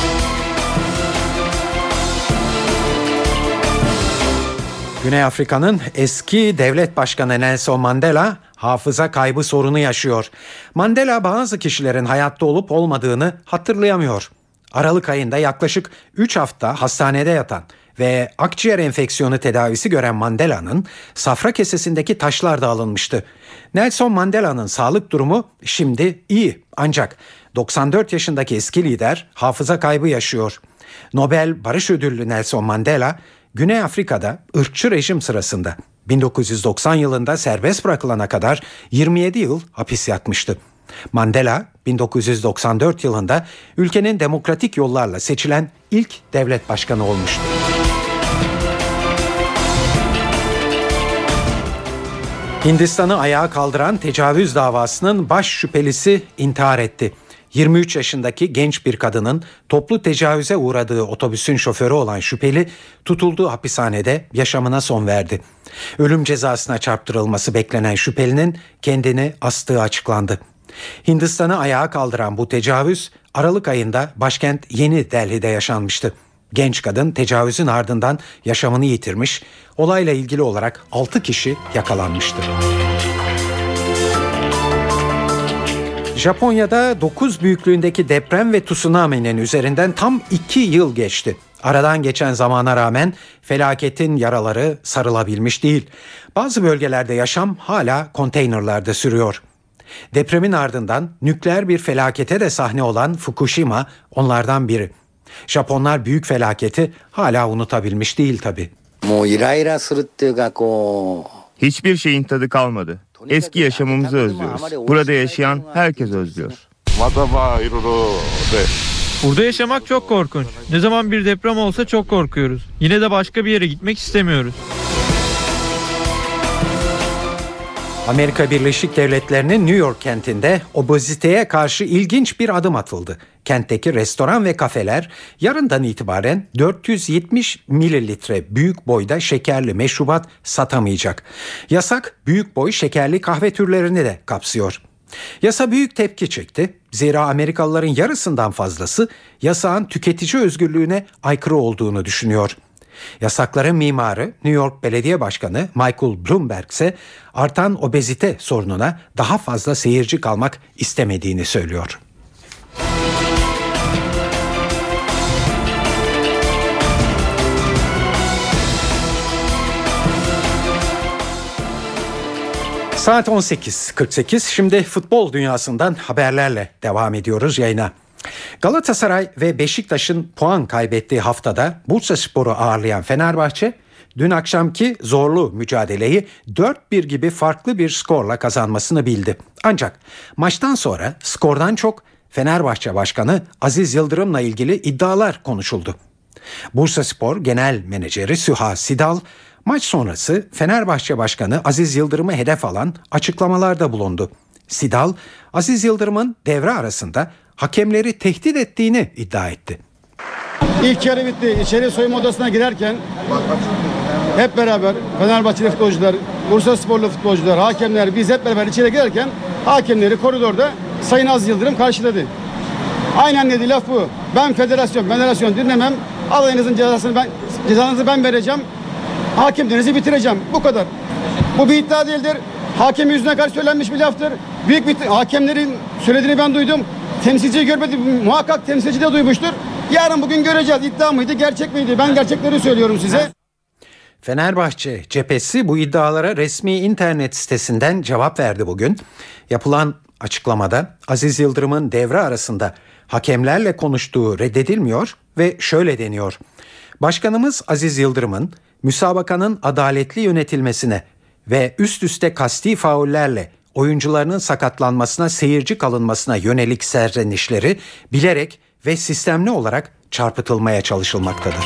Güney Afrika'nın eski devlet başkanı Nelson Mandela hafıza kaybı sorunu yaşıyor. Mandela bazı kişilerin hayatta olup olmadığını hatırlayamıyor. Aralık ayında yaklaşık 3 hafta hastanede yatan ve akciğer enfeksiyonu tedavisi gören Mandela'nın safra kesesindeki taşlar da alınmıştı. Nelson Mandela'nın sağlık durumu şimdi iyi, ancak 94 yaşındaki eski lider hafıza kaybı yaşıyor. Nobel Barış Ödüllü Nelson Mandela, Güney Afrika'da ırkçı rejim sırasında 1990 yılında serbest bırakılana kadar 27 yıl hapis yatmıştı. Mandela 1994 yılında ülkenin demokratik yollarla seçilen ilk devlet başkanı olmuştu. Hindistan'ı ayağa kaldıran tecavüz davasının baş şüphelisi intihar etti. 23 yaşındaki genç bir kadının toplu tecavüze uğradığı otobüsün şoförü olan şüpheli tutulduğu hapishanede yaşamına son verdi. Ölüm cezasına çarptırılması beklenen şüphelinin kendini astığı açıklandı. Hindistan'ı ayağa kaldıran bu tecavüz Aralık ayında başkent Yeni Delhi'de yaşanmıştı. Genç kadın tecavüzün ardından yaşamını yitirmiş, olayla ilgili olarak 6 kişi yakalanmıştı. Japonya'da 9 büyüklüğündeki deprem ve tsunami'nin üzerinden tam 2 yıl geçti. Aradan geçen zamana rağmen felaketin yaraları sarılabilmiş değil. Bazı bölgelerde yaşam hala konteynerlarda sürüyor. Depremin ardından nükleer bir felakete de sahne olan Fukushima onlardan biri. Japonlar büyük felaketi hala unutabilmiş değil tabii. Hiçbir şeyin tadı kalmadı. Eski yaşamımızı özlüyoruz. Burada yaşayan herkes özlüyor. Burada yaşamak çok korkunç. Ne zaman bir deprem olsa çok korkuyoruz. Yine de başka bir yere gitmek istemiyoruz. Amerika Birleşik Devletleri'nin New York kentinde obeziteye karşı ilginç bir adım atıldı. Kentteki restoran ve kafeler yarından itibaren 470 mililitre büyük boyda şekerli meşrubat satamayacak. Yasak büyük boy şekerli kahve türlerini de kapsıyor. Yasa büyük tepki çekti. Zira Amerikalıların yarısından fazlası yasağın tüketici özgürlüğüne aykırı olduğunu düşünüyor. Yasakların mimarı New York Belediye Başkanı Michael Bloomberg ise artan obezite sorununa daha fazla seyirci kalmak istemediğini söylüyor. Saat 18.48. Şimdi futbol dünyasından haberlerle devam ediyoruz yayına. Galatasaray ve Beşiktaş'ın puan kaybettiği haftada Bursaspor'u ağırlayan Fenerbahçe, dün akşamki zorlu mücadeleyi 4-1 gibi farklı bir skorla kazanmasını bildi. Ancak maçtan sonra skordan çok Fenerbahçe Başkanı Aziz Yıldırım'la ilgili iddialar konuşuldu. Bursaspor Genel Menajeri Süha Sidal, maç sonrası Fenerbahçe Başkanı Aziz Yıldırım'ı hedef alan açıklamalarda bulundu. Sidal, Aziz Yıldırım'ın devre arasında hakemleri tehdit ettiğini iddia etti. İlk yarı bitti. İçeri soyunma odasına girerken hep beraber Fenerbahçeli futbolcular, Bursasporlu futbolcular, hakemler, biz hep beraber içeri girerken hakemleri koridorda Sayın Aziz Yıldırım karşıladı. Aynen dedi, laf bu. Ben federasyon dinlemem. Alayınızın cezanızı ben vereceğim. Hakemlerinizi bitireceğim. Bu kadar. Bu bir iddia değildir. hakem yüzüne karşı söylenmiş bir laftır. Büyük bir hakemlerin söylediğini ben duydum. Temsilciyi görmedim. Muhakkak temsilci de duymuştur. Yarın bugün göreceğiz. İddia mıydı, gerçek miydi? Ben gerçekleri söylüyorum size. Fenerbahçe cephesi bu iddialara resmi internet sitesinden cevap verdi bugün. Yapılan açıklamada Aziz Yıldırım'ın devre arasında hakemlerle konuştuğu reddedilmiyor ve şöyle deniyor. Başkanımız Aziz Yıldırım'ın müsabakanın adaletli yönetilmesine ve üst üste kasti faullerle oyuncularının sakatlanmasına, seyirci kalınmasına yönelik serzenişleri bilerek ve sistemli olarak çarpıtılmaya çalışılmaktadır.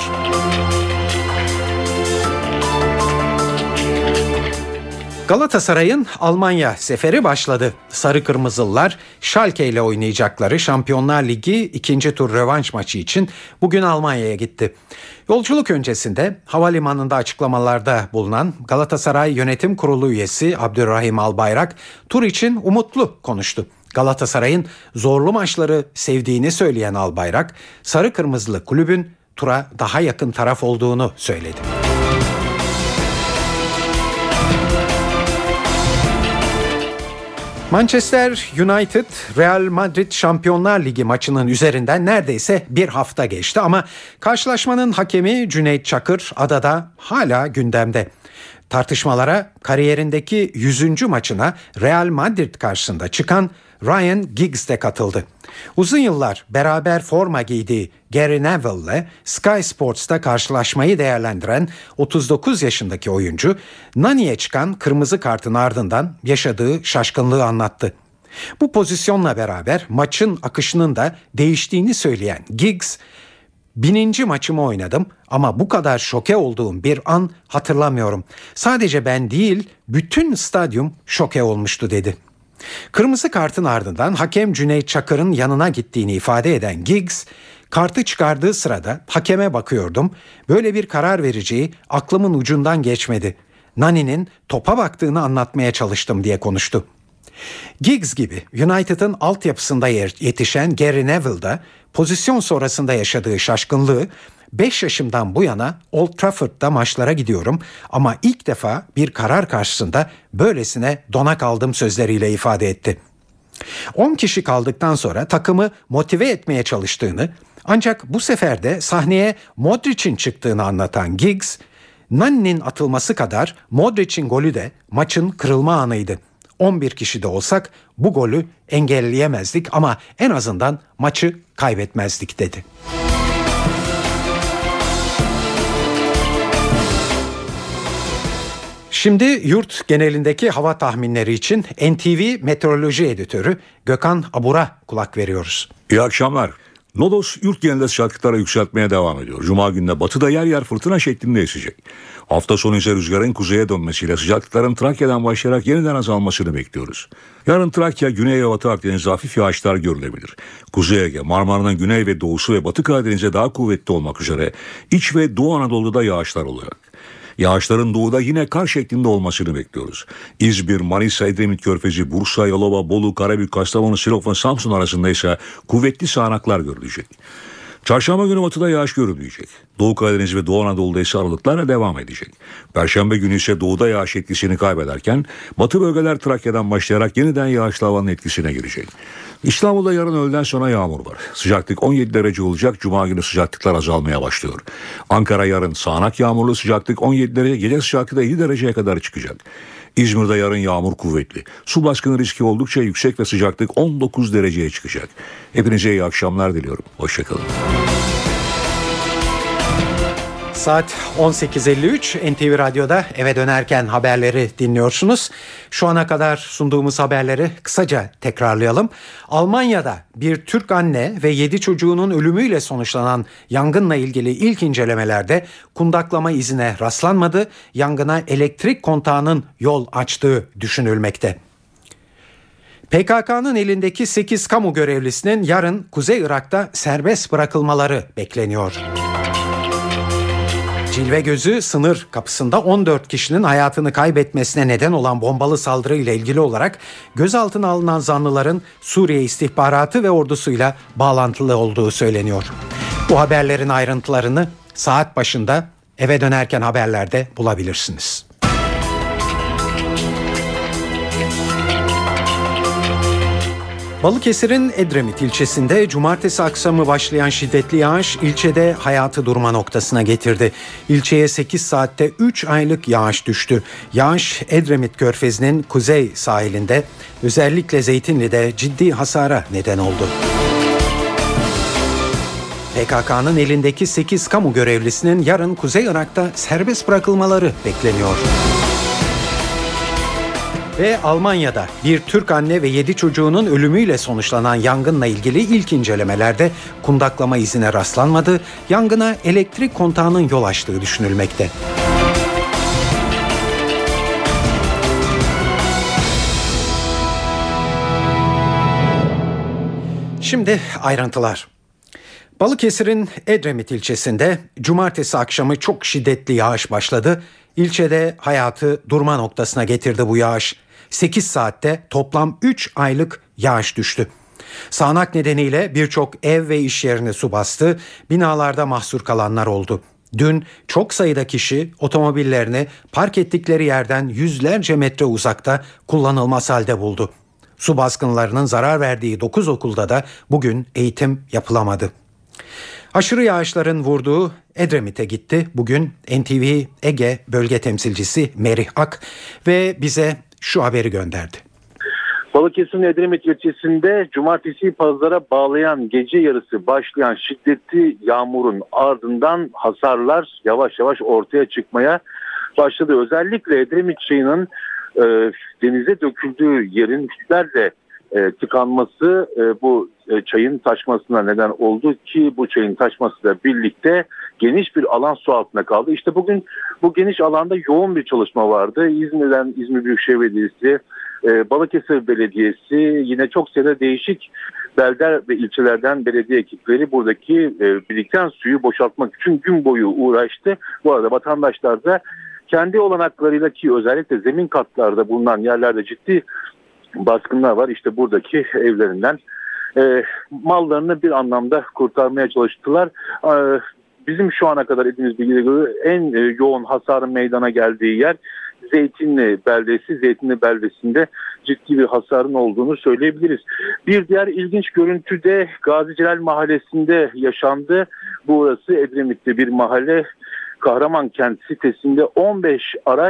Galatasaray'ın Almanya seferi başladı. Sarı Kırmızılılar Schalke ile oynayacakları Şampiyonlar Ligi 2. tur rövanş maçı için bugün Almanya'ya gitti. Yolculuk öncesinde havalimanında açıklamalarda bulunan Galatasaray Yönetim Kurulu üyesi Abdurrahim Albayrak tur için umutlu konuştu. Galatasaray'ın zorlu maçları sevdiğini söyleyen Albayrak, Sarı Kırmızılı kulübün tura daha yakın taraf olduğunu söyledi. Manchester United Real Madrid Şampiyonlar Ligi maçının üzerinden neredeyse bir hafta geçti ama karşılaşmanın hakemi Cüneyt Çakır adada hala gündemde. Tartışmalara kariyerindeki 100. maçına Real Madrid karşısında çıkan Ryan Giggs de katıldı. Uzun yıllar beraber forma giydiği Gary Neville'le Sky Sports'ta karşılaşmayı değerlendiren 39 yaşındaki oyuncu, Nani'ye çıkan kırmızı kartın ardından yaşadığı şaşkınlığı anlattı. Bu pozisyonla beraber maçın akışının da değiştiğini söyleyen Giggs, 1000. maçımı oynadım ama bu kadar şoke olduğum bir an hatırlamıyorum. Sadece ben değil, bütün stadyum şoke olmuştu dedi. Kırmızı kartın ardından hakem Cüneyt Çakır'ın yanına gittiğini ifade eden Giggs, kartı çıkardığı sırada hakeme bakıyordum. Böyle bir karar vereceği aklımın ucundan geçmedi. Nani'nin topa baktığını anlatmaya çalıştım diye konuştu. Giggs gibi United'ın altyapısında yetişen Gary Neville da pozisyon sonrasında yaşadığı şaşkınlığı 5 yaşımdan bu yana Old Trafford'da maçlara gidiyorum ama ilk defa bir karar karşısında böylesine dona kaldım sözleriyle ifade etti. 10 kişi kaldıktan sonra takımı motive etmeye çalıştığını ancak bu sefer de sahneye Modric'in çıktığını anlatan Giggs, Nani'nin atılması kadar Modric'in golü de maçın kırılma anıydı. 11 kişi de olsak bu golü engelleyemezdik ama en azından maçı kaybetmezdik dedi. Şimdi yurt genelindeki hava tahminleri için NTV Meteoroloji Editörü Gökhan Abur'a kulak veriyoruz. İyi akşamlar. Lodos yurt genelinde sıcaklıklara yükseltmeye devam ediyor. Cuma gününe batıda yer yer fırtına şeklinde esecek. Hafta sonu ise rüzgarın kuzeye dönmesiyle sıcaklıkların Trakya'dan başlayarak yeniden azalmasını bekliyoruz. Yarın Trakya, Güney ve Batı Akdeniz'de hafif yağışlar görülebilir. Kuzey Ege, Marmara'nın güney ve doğusu ve Batı Karadeniz'e daha kuvvetli olmak üzere İç ve Doğu Anadolu'da yağışlar olacak. Yağışların doğuda yine kar şeklinde olmasını bekliyoruz. İzmir, Manisa, Edremit Körfezi, Bursa, Yalova, Bolu, Karabük, Kastamonu, Sinop ve Samsun arasında ise kuvvetli sağanaklar görülecek. Çarşamba günü batıda yağış görülmeyecek. Doğu Karadeniz ve Doğu Anadolu'da ise aralıklarla devam edecek. Perşembe günü ise doğuda yağış etkisini kaybederken batı bölgeler Trakya'dan başlayarak yeniden yağışlı havanın etkisine girecek. İstanbul'da yarın öğleden sonra yağmur var. Sıcaklık 17 derece olacak. Cuma günü sıcaklıklar azalmaya başlıyor. Ankara yarın sağanak yağmurlu, sıcaklık 17 derece, gece sıcaklığı da 7 dereceye kadar çıkacak. İzmir'de yarın yağmur kuvvetli. Su baskını riski oldukça yüksek ve sıcaklık 19 dereceye çıkacak. Hepinize iyi akşamlar diliyorum. Hoşçakalın. Saat 18.53 NTV Radyo'da eve dönerken haberleri dinliyorsunuz. Şu ana kadar sunduğumuz haberleri kısaca tekrarlayalım. Almanya'da bir Türk anne ve 7 çocuğunun ölümüyle sonuçlanan yangınla ilgili ilk incelemelerde kundaklama izine rastlanmadı. Yangına elektrik kontağının yol açtığı düşünülmekte. PKK'nın elindeki 8 kamu görevlisinin yarın Kuzey Irak'ta serbest bırakılmaları bekleniyor. Cilve Gözü sınır kapısında 14 kişinin hayatını kaybetmesine neden olan bombalı saldırıyla ilgili olarak gözaltına alınan zanlıların Suriye istihbaratı ve ordusuyla bağlantılı olduğu söyleniyor. Bu haberlerin ayrıntılarını saat başında eve dönerken haberlerde bulabilirsiniz. Balıkesir'in Edremit ilçesinde cumartesi akşamı başlayan şiddetli yağış ilçede hayatı durma noktasına getirdi. İlçeye 8 saatte 3 aylık yağış düştü. Yağış Edremit Körfezi'nin kuzey sahilinde özellikle Zeytinli'de ciddi hasara neden oldu. PKK'nın elindeki 8 kamu görevlisinin yarın Kuzey Irak'ta serbest bırakılmaları bekleniyor. Ve Almanya'da bir Türk anne ve 7 çocuğunun ölümüyle sonuçlanan yangınla ilgili ilk incelemelerde kundaklama izine rastlanmadı. Yangına elektrik kontağının yol açtığı düşünülmekte. Şimdi ayrıntılar. Balıkesir'in Edremit ilçesinde cumartesi akşamı çok şiddetli yağış başladı. İlçede hayatı durma noktasına getirdi bu yağış. 8 saatte toplam 3 aylık yağış düştü. Sağanak nedeniyle birçok ev ve iş yerini su bastı. Binalarda mahsur kalanlar oldu. Dün çok sayıda kişi otomobillerini park ettikleri yerden yüzlerce metre uzakta kullanılmaz halde buldu. Su baskınlarının zarar verdiği 9 okulda da bugün eğitim yapılamadı. Aşırı yağışların vurduğu Edremit'e gitti bugün NTV Ege bölge temsilcisi Merih Ak ve bize şu haberi gönderdi. Balıkesir'in Edremit ilçesinde cumartesi pazara bağlayan gece yarısı başlayan şiddetli yağmurun ardından hasarlar yavaş yavaş ortaya çıkmaya başladı. Özellikle Edremit çayının denize döküldüğü yerin üstlerle tıkanması bu çayın taşmasına neden oldu ki bu çayın taşmasıyla birlikte geniş bir alan su altında kaldı. İşte bugün bu geniş alanda yoğun bir çalışma vardı. İzmir Büyükşehir Belediyesi, Balıkesir Belediyesi, yine çok sayıda değişik beldeler ve ilçelerden belediye ekipleri buradaki biriken suyu boşaltmak için gün boyu uğraştı. Bu arada vatandaşlar da kendi olanaklarıyla ki özellikle zemin katlarda bulunan yerlerde ciddi baskınlar var. İşte buradaki evlerinden mallarını bir anlamda kurtarmaya çalıştılar. Bizim şu ana kadar edindiğimiz bilgiye göre en yoğun hasarın meydana geldiği yer Zeytinli beldesi. Zeytinli beldesinde ciddi bir hasarın olduğunu söyleyebiliriz. Bir diğer ilginç görüntü de Gazi Celal Mahallesi'nde yaşandı. Burası Edremit'te bir mahalle. Kahraman-Kent sitesinde 15 araç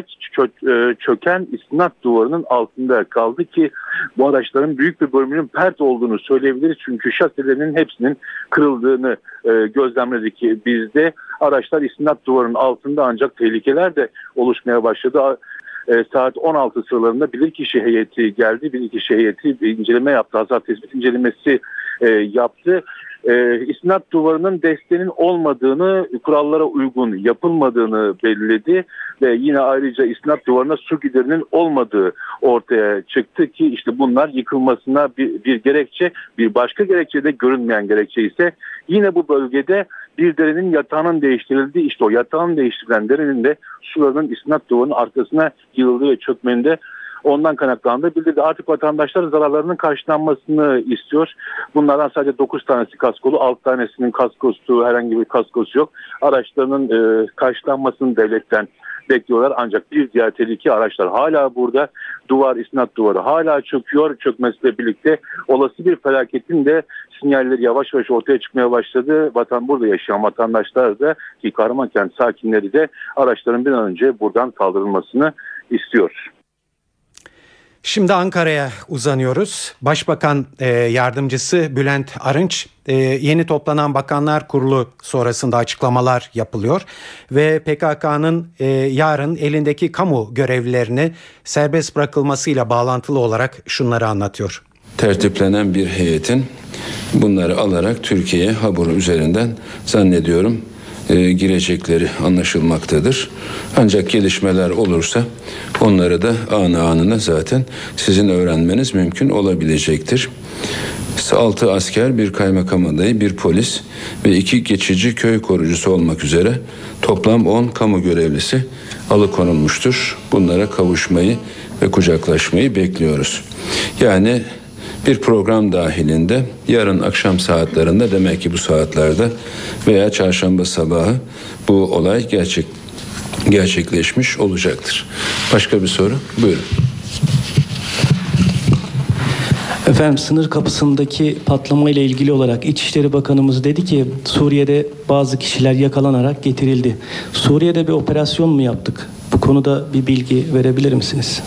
çöken istinat duvarının altında kaldı ki bu araçların büyük bir bölümünün pert olduğunu söyleyebiliriz. Çünkü şasilerinin hepsinin kırıldığını gözlemledik bizde. Araçlar istinat duvarının altında ancak tehlikeler de oluşmaya başladı. Saat 16 sıralarında bilirkişi heyeti geldi. Bilirkişi heyeti bir inceleme yaptı. Hasar tespit incelemesi yaptı. İstinat duvarının desteğinin olmadığını, kurallara uygun yapılmadığını belirledi ve yine ayrıca istinat duvarına su giderinin olmadığı ortaya çıktı ki işte bunlar yıkılmasına bir gerekçe, bir başka gerekçe de görünmeyen gerekçe ise yine bu bölgede bir derenin yatağının değiştirildiği, işte o yatağın değiştirilen derenin de sularının istinat duvarının arkasına yığıldığı ve çökmenin de ondan kaynaklandı. Bildirdi. Artık vatandaşlar zararlarının karşılanmasını istiyor. Bunlardan sadece 9 tanesi kaskolu, 6 tanesinin kaskosu, herhangi bir kaskosu yok. Araçlarının karşılanmasını devletten bekliyorlar. Ancak bir diğer tehlike araçlar hala burada. İstinat duvarı hala çöküyor. Çökmesiyle birlikte olası bir felaketin de sinyalleri yavaş yavaş ortaya çıkmaya başladı. Burada yaşayan vatandaşlar da ki Kahraman-Kent sakinleri de araçların bir an önce buradan kaldırılmasını istiyor. Şimdi Ankara'ya uzanıyoruz. Başbakan yardımcısı Bülent Arınç yeni toplanan Bakanlar Kurulu sonrasında açıklamalar yapılıyor ve PKK'nın yarın elindeki kamu görevlilerini serbest bırakılmasıyla bağlantılı olarak şunları anlatıyor. Tertiplenen bir heyetin bunları alarak Türkiye'ye Habur üzerinden zannediyorum girecekleri anlaşılmaktadır. Ancak gelişmeler olursa onları da anına zaten sizin öğrenmeniz mümkün olabilecektir. 6 asker, bir kaymakam adayı, bir polis ve 2 geçici köy korucusu olmak üzere toplam 10 kamu görevlisi alıkonulmuştur. Bunlara kavuşmayı ve kucaklaşmayı bekliyoruz. Yani bir program dahilinde yarın akşam saatlerinde, demek ki bu saatlerde veya çarşamba sabahı bu olay gerçekleşmiş olacaktır. Başka bir soru? Buyurun. Efendim, sınır kapısındaki patlamayla ilgili olarak İçişleri Bakanımız dedi ki Suriye'de bazı kişiler yakalanarak getirildi. Suriye'de bir operasyon mu yaptık? Bu konuda bir bilgi verebilir misiniz?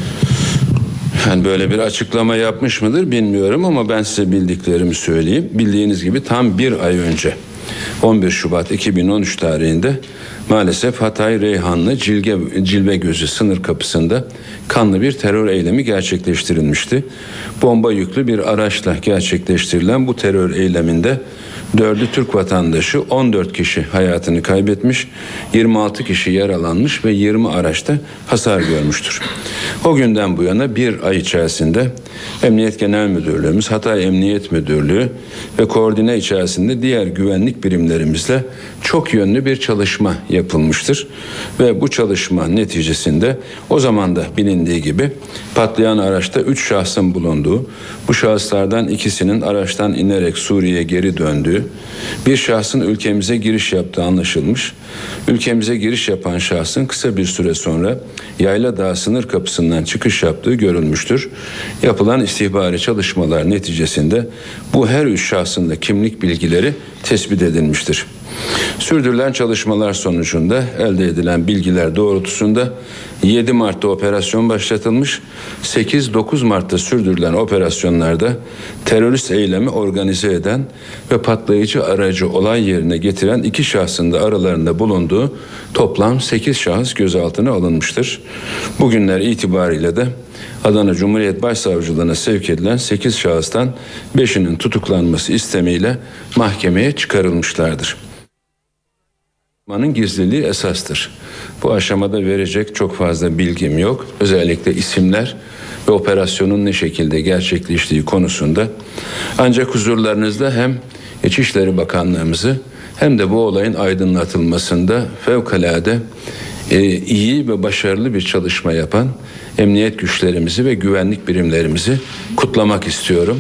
Yani böyle bir açıklama yapmış mıdır bilmiyorum ama ben size bildiklerimi söyleyeyim. Bildiğiniz gibi tam bir ay önce 11 Şubat 2013 tarihinde maalesef Hatay Reyhanlı Cilvegözü sınır kapısında kanlı bir terör eylemi gerçekleştirilmişti. Bomba yüklü bir araçla gerçekleştirilen bu terör eyleminde 4'ü Türk vatandaşı, 14 kişi hayatını kaybetmiş, 26 kişi yaralanmış ve 20 araçta hasar görmüştür. O günden bu yana bir ay içerisinde Emniyet Genel Müdürlüğümüz, Hatay Emniyet Müdürlüğü ve koordine içerisinde diğer güvenlik birimlerimizle çok yönlü bir çalışma yapılmıştır. Ve bu çalışma neticesinde o zaman da bilindiği gibi patlayan araçta 3 şahsın bulunduğu, bu şahıslardan ikisinin araçtan inerek Suriye'ye geri döndüğü, bir şahsın ülkemize giriş yaptığı anlaşılmış. Ülkemize giriş yapan şahsın kısa bir süre sonra Yayladağ sınır kapısından çıkış yaptığı görülmüştür. Yapılan istihbari çalışmalar neticesinde bu her üç şahsın da kimlik bilgileri tespit edilmiştir. Sürdürülen çalışmalar sonucunda elde edilen bilgiler doğrultusunda 7 Mart'ta operasyon başlatılmış. 8-9 Mart'ta sürdürülen operasyonlarda terörist eylemi organize eden ve patlayıcı aracı olay yerine getiren 2 şahsın da aralarında bulunduğu toplam 8 şahıs gözaltına alınmıştır. Bugünler itibariyle de Adana Cumhuriyet Başsavcılığına sevk edilen 8 şahıstan 5'inin tutuklanması istemiyle mahkemeye çıkarılmışlardır. Gizliliği esastır. Bu aşamada verecek çok fazla bilgim yok. Özellikle isimler ve operasyonun ne şekilde gerçekleştiği konusunda. Ancak huzurlarınızda hem İçişleri Bakanlığımızı hem de bu olayın aydınlatılmasında fevkalade iyi ve başarılı bir çalışma yapan emniyet güçlerimizi ve güvenlik birimlerimizi kutlamak istiyorum.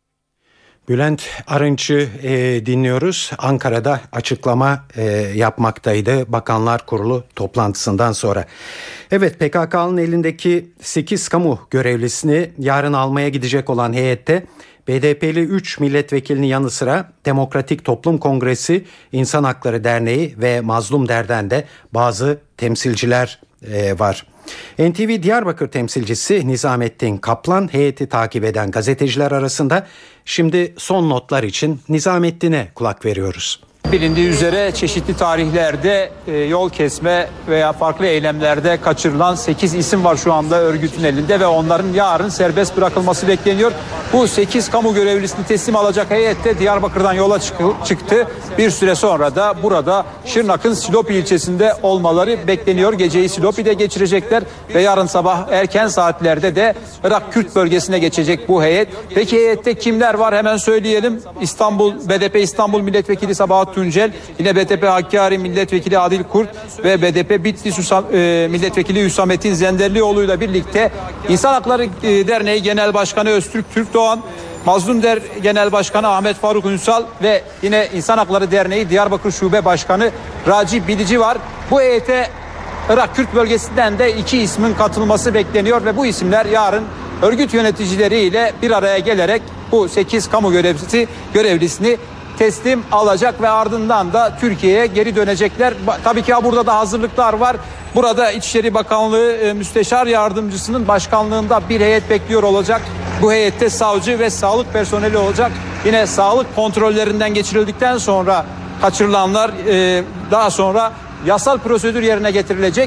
Bülent Arınç'ı dinliyoruz. Ankara'da açıklama yapmaktaydı Bakanlar Kurulu toplantısından sonra. Evet, PKK'nın elindeki 8 kamu görevlisini yarın almaya gidecek olan heyette BDP'li 3 milletvekilinin yanı sıra Demokratik Toplum Kongresi, İnsan Hakları Derneği ve Mazlum Der'den de bazı temsilciler var. NTV Diyarbakır temsilcisi Nizamettin Kaplan heyeti takip eden gazeteciler arasında. Şimdi son notlar için Nizamettin'e kulak veriyoruz. Bilindiği üzere çeşitli tarihlerde yol kesme veya farklı eylemlerde kaçırılan 8 isim var şu anda örgütün elinde ve onların yarın serbest bırakılması bekleniyor. Bu 8 kamu görevlisini teslim alacak heyet de Diyarbakır'dan yola çıktı. Bir süre sonra da burada Şırnak'ın Silopi ilçesinde olmaları bekleniyor. Geceyi Silopi'de geçirecekler ve yarın sabah erken saatlerde de Irak Kürt bölgesine geçecek bu heyet. Peki heyette kimler var, hemen söyleyelim. BDP İstanbul Milletvekili Sabahat Tuncel, yine BDP Hakkari Milletvekili Adil Kurt ve BDP Bitlis Milletvekili Hüsamettin Zenderlioğlu ile birlikte İnsan Hakları Derneği Genel Başkanı Öztürk Türkdoğan, Mazlum Der Genel Başkanı Ahmet Faruk Ünsal ve yine İnsan Hakları Derneği Diyarbakır Şube Başkanı Raci Bilici var. Bu heyete Irak Kürt bölgesinden de 2 ismin katılması bekleniyor ve bu isimler yarın örgüt yöneticileriyle bir araya gelerek bu 8 kamu görevlisini teslim alacak ve ardından da Türkiye'ye geri dönecekler. Tabii ki burada da hazırlıklar var. Burada İçişleri Bakanlığı Müsteşar Yardımcısının başkanlığında bir heyet bekliyor olacak. Bu heyette savcı ve sağlık personeli olacak. Yine sağlık kontrollerinden geçirildikten sonra kaçırılanlar daha sonra yasal prosedür yerine getirilecek.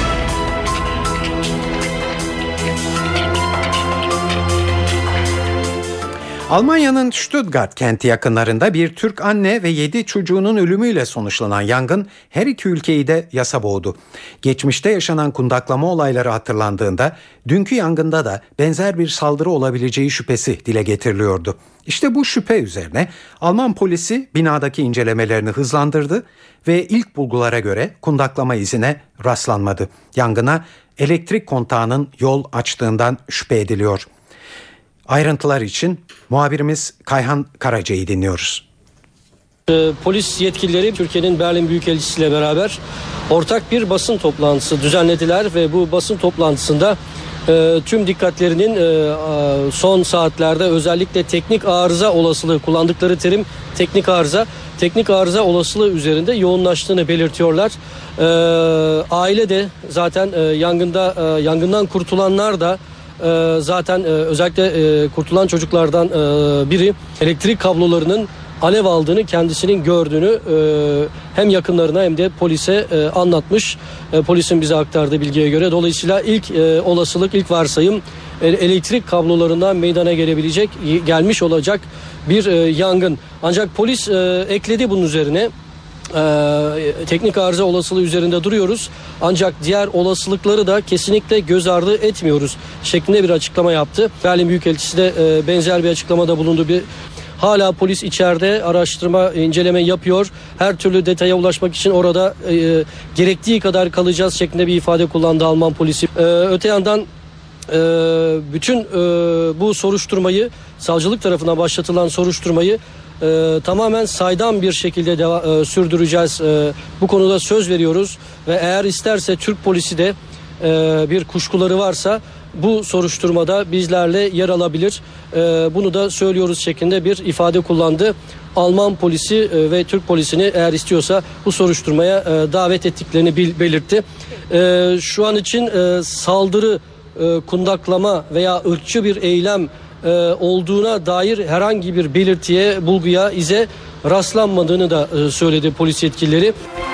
Almanya'nın Stuttgart kenti yakınlarında bir Türk anne ve 7 çocuğunun ölümüyle sonuçlanan yangın her iki ülkeyi de yasa boğdu. Geçmişte yaşanan kundaklama olayları hatırlandığında dünkü yangında da benzer bir saldırı olabileceği şüphesi dile getiriliyordu. İşte bu şüphe üzerine Alman polisi binadaki incelemelerini hızlandırdı ve ilk bulgulara göre kundaklama izine rastlanmadı. Yangına elektrik kontağının yol açtığından şüphe ediliyor. Ayrıntılar için muhabirimiz Kayhan Karaca'yı dinliyoruz. Polis yetkilileri Türkiye'nin Berlin Büyükelçisi ile beraber ortak bir basın toplantısı düzenlediler ve bu basın toplantısında tüm dikkatlerinin son saatlerde özellikle teknik arıza olasılığı, kullandıkları terim teknik arıza olasılığı üzerinde yoğunlaştığını belirtiyorlar. Aile de zaten yangından kurtulanlar da zaten özellikle kurtulan çocuklardan biri elektrik kablolarının alev aldığını, kendisinin gördüğünü hem yakınlarına hem de polise anlatmış. Polisin bize aktardığı bilgiye göre. Dolayısıyla ilk varsayım elektrik kablolarından meydana gelmiş olacak bir yangın. Ancak polis ekledi bunun üzerine. Teknik arıza olasılığı üzerinde duruyoruz. Ancak diğer olasılıkları da kesinlikle göz ardı etmiyoruz şeklinde bir açıklama yaptı. Berlin Büyükelçisi de benzer bir açıklamada bulundu. Hala polis içeride araştırma, inceleme yapıyor. Her türlü detaya ulaşmak için orada gerektiği kadar kalacağız şeklinde bir ifade kullandı Alman polisi. Öte yandan bütün bu soruşturmayı, savcılık tarafından başlatılan soruşturmayı tamamen saydam bir şekilde sürdüreceğiz. Bu konuda söz veriyoruz ve eğer isterse Türk polisi de bir kuşkuları varsa bu soruşturmada bizlerle yer alabilir. Bunu da söylüyoruz şeklinde bir ifade kullandı. Alman polisi ve Türk polisini eğer istiyorsa bu soruşturmaya davet ettiklerini belirtti. Şu an için saldırı, kundaklama veya ırkçı bir eylem olduğuna dair herhangi bir belirtiye, bulguya, ize rastlanmadığını da söyledi polis yetkilileri.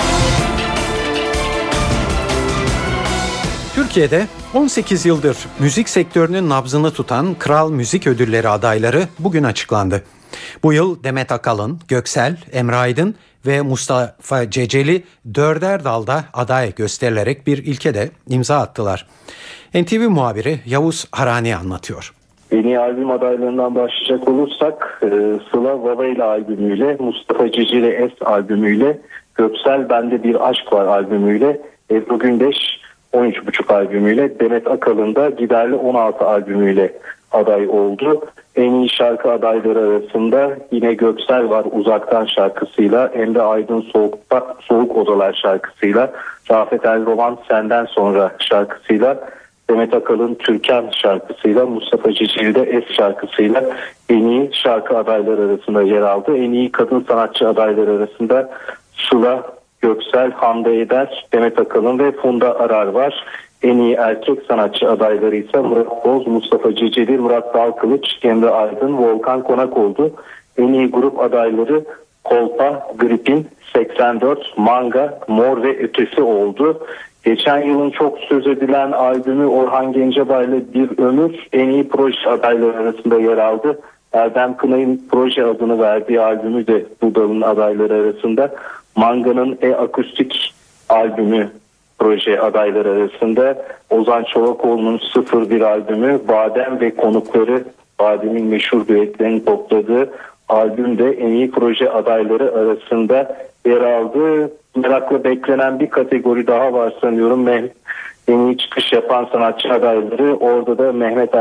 Türkiye'de 18 yıldır müzik sektörünün nabzını tutan Kral Müzik Ödülleri adayları bugün açıklandı. Bu yıl Demet Akalın, Göksel, Emre Aydın ve Mustafa Ceceli 4'er dalda aday gösterilerek bir ilke de imza attılar. NTV muhabiri Yavuz Harani anlatıyor. En iyi albüm adaylarından başlayacak olursak Sıla Vaveyla albümüyle, Mustafa Ceceli Es albümüyle, Göksel Bende Bir Aşk Var albümüyle, Ebru Gündeş 13,5 albümüyle, Demet Akalın da Giderli 16 albümüyle aday oldu. En iyi şarkı adayları arasında yine Göksel var Uzaktan şarkısıyla, Emre Aydın Soğuk Odalar şarkısıyla, Rafet El Roman Senden Sonra şarkısıyla, Demet Akalın Türkan şarkısıyla, Mustafa Ceceli de Es şarkısıyla en iyi şarkı adayları arasında yer aldı. En iyi kadın sanatçı adayları arasında Sıla, Göksel, Hande Eder, Demet Akalın ve Funda Arar var. En iyi erkek sanatçı adayları ise Murat Boz, Mustafa Ceceli, Murat Dalkılıç, Emre Aydın, Volkan Konak oldu. En iyi grup adayları Kolpa, Gripin, 84, Manga, Mor ve Ötesi oldu. Geçen yılın çok söz edilen albümü Orhan Gencebay'la Bir Ömür en iyi proje adayları arasında yer aldı. Erdem Kınay'ın proje adını verdiği albümü de bu dalın adayları arasında. Manga'nın Akustik albümü proje adayları arasında. Ozan Çolakoğlu'nun 01 albümü, Badem ve konukları, Badem'in meşhur düetlerini topladığı albüm de en iyi proje adayları arasında yer aldı. Merakla beklenen bir kategori daha var sanıyorum. En iyi çıkış yapan sanatçı adayları. Orada da Mehmet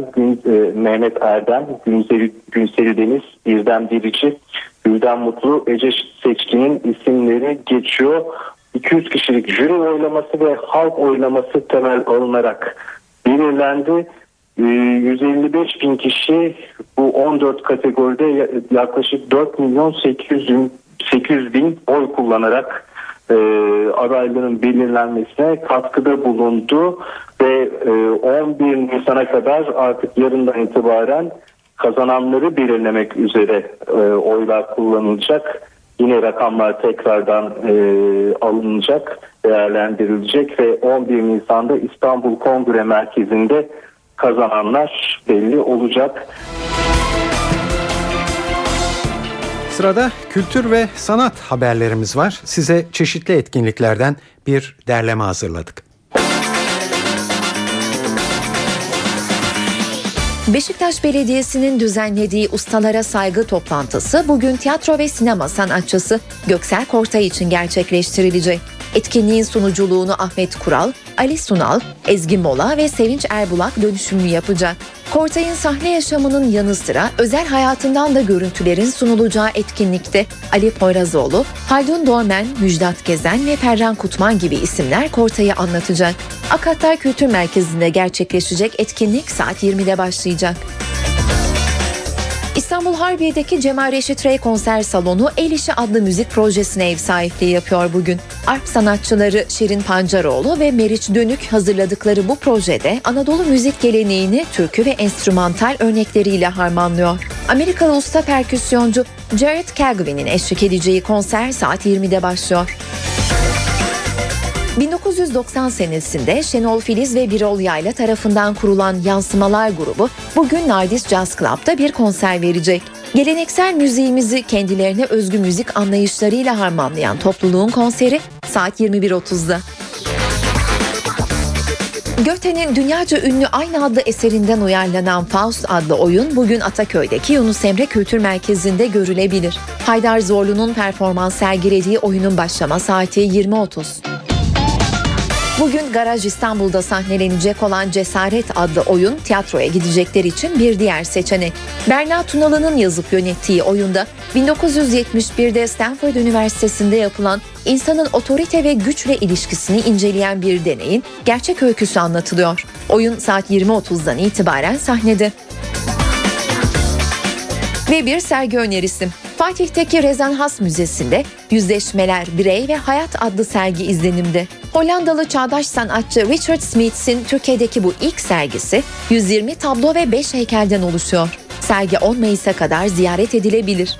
Erdem, Günseli Deniz, İrdem Dirici, Gülden Mutlu, Ece Seçkin'in isimleri geçiyor. 200 kişilik jüri oylaması ve halk oylaması temel alınarak belirlendi. 155 bin kişi bu 14 kategoride yaklaşık 4.800.000 oy kullanarak adayların belirlenmesine katkıda bulundu ve 11 Nisan'a kadar artık yarından itibaren kazananları belirlemek üzere oylar kullanılacak. Yine rakamlar tekrardan alınacak, değerlendirilecek ve 11 Nisan'da İstanbul Kongre Merkezi'nde kazananlar belli olacak. Sırada kültür ve sanat haberlerimiz var. Size çeşitli etkinliklerden bir derleme hazırladık. Beşiktaş Belediyesi'nin düzenlediği Ustalara Saygı toplantısı bugün tiyatro ve sinema sanatçısı Göksel Kortay için gerçekleştirilecek. Etkinliğin sunuculuğunu Ahmet Kural, Ali Sunal, Ezgi Mola ve Sevinç Erbulak dönüşümlü yapacak. Kortay'ın sahne yaşamının yanı sıra özel hayatından da görüntülerin sunulacağı etkinlikte Ali Poyrazoğlu, Haldun Dormen, Müjdat Gezen ve Ferran Kutman gibi isimler Kortay'ı anlatacak. Akatlar Kültür Merkezi'nde gerçekleşecek etkinlik saat 20'de başlayacak. İstanbul Harbiye'deki Cemal Reşit Rey Konser Salonu El İşi adlı müzik projesine ev sahipliği yapıyor bugün. Arp sanatçıları Şirin Pancaroğlu ve Meriç Dönük hazırladıkları bu projede Anadolu müzik geleneğini türkü ve enstrümantal örnekleriyle harmanlıyor. Amerikalı usta perküsyoncu Jared Caguin'in eşlik edeceği konser saat 20'de başlıyor. 1990 senesinde Şenol Filiz ve Birol Yayla tarafından kurulan Yansımalar grubu bugün Nardis Jazz Club'da bir konser verecek. Geleneksel müziğimizi kendilerine özgü müzik anlayışlarıyla harmanlayan topluluğun konseri saat 21.30'da. Goethe'nin dünyaca ünlü aynı adlı eserinden uyarlanan Faust adlı oyun bugün Ataköy'deki Yunus Emre Kültür Merkezi'nde görülebilir. Haydar Zorlu'nun performans sergilediği oyunun başlama saati 20.30. Bugün Garaj İstanbul'da sahnelenecek olan Cesaret adlı oyun tiyatroya gidecekler için bir diğer seçenek. Berna Tunalı'nın yazıp yönettiği oyunda 1971'de Stanford Üniversitesi'nde yapılan insanın otorite ve güçle ilişkisini inceleyen bir deneyin gerçek öyküsü anlatılıyor. Oyun saat 20.30'dan itibaren sahnede. Ve bir sergi önerisi. Fatih'teki Rezan Has Müzesi'nde Yüzleşmeler, Birey ve Hayat adlı sergi izlenimde. Hollandalı çağdaş sanatçı Richard Smiths'in Türkiye'deki bu ilk sergisi 120 tablo ve 5 heykelden oluşuyor. Sergi 10 Mayıs'a kadar ziyaret edilebilir.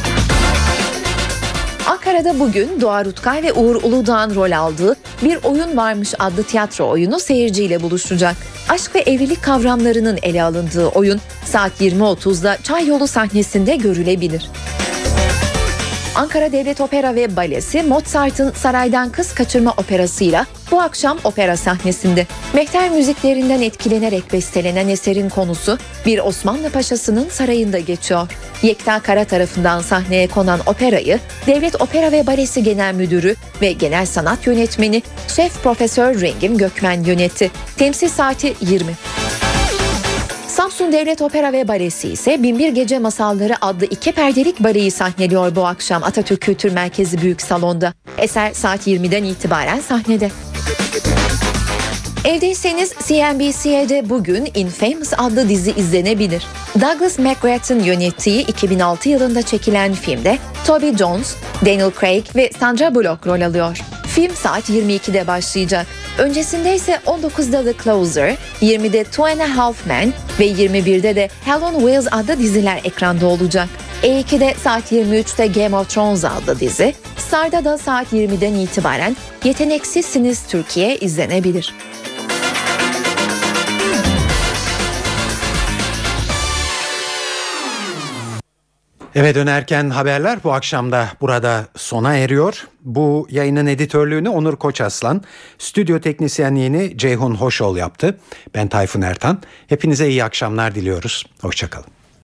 Ankara'da bugün Doğa Rutkay ve Uğur Uludağ'ın rol aldığı Bir Oyun Varmış adlı tiyatro oyunu seyirciyle buluşacak. Aşk ve evlilik kavramlarının ele alındığı oyun saat 20.30'da Çayyolu sahnesinde görülebilir. Ankara Devlet Opera ve Balesi Mozart'ın Saraydan Kız Kaçırma operasıyla bu akşam opera sahnesinde. Mehter müziklerinden etkilenerek bestelenen eserin konusu bir Osmanlı paşasının sarayında geçiyor. Yekta Kara tarafından sahneye konan operayı Devlet Opera ve Balesi Genel Müdürü ve Genel Sanat Yönetmeni Şef Profesör Rengim Gökmen yönetti. Temsil saati 20. Samsun Devlet Opera ve Balesi ise Binbir Gece Masalları adlı 2 perdelik baleyi sahneliyor bu akşam Atatürk Kültür Merkezi Büyük Salon'da. Eser saat 20'den itibaren sahnede. Evdeyseniz CNBC'de bugün Infamous adlı dizi izlenebilir. Douglas McGrath'ın yönettiği 2006 yılında çekilen filmde Toby Jones, Daniel Craig ve Sandra Bullock rol alıyor. Film saat 22'de başlayacak. Öncesinde ise 19'da The Closer, 20'de Two and a Half Men ve 21'de de Hell on Wheels adlı diziler ekranda olacak. E2'de saat 23'te Game of Thrones adlı dizi, Star'da da saat 20'den itibaren Yeteneksizsiniz Türkiye izlenebilir. Eve dönerken haberler bu akşam da burada sona eriyor. Bu yayının editörlüğünü Onur Koçaslan, stüdyo teknisyenliğini Ceyhun Hoşol yaptı. Ben Tayfun Ertan. Hepinize iyi akşamlar diliyoruz. Hoşça kalın.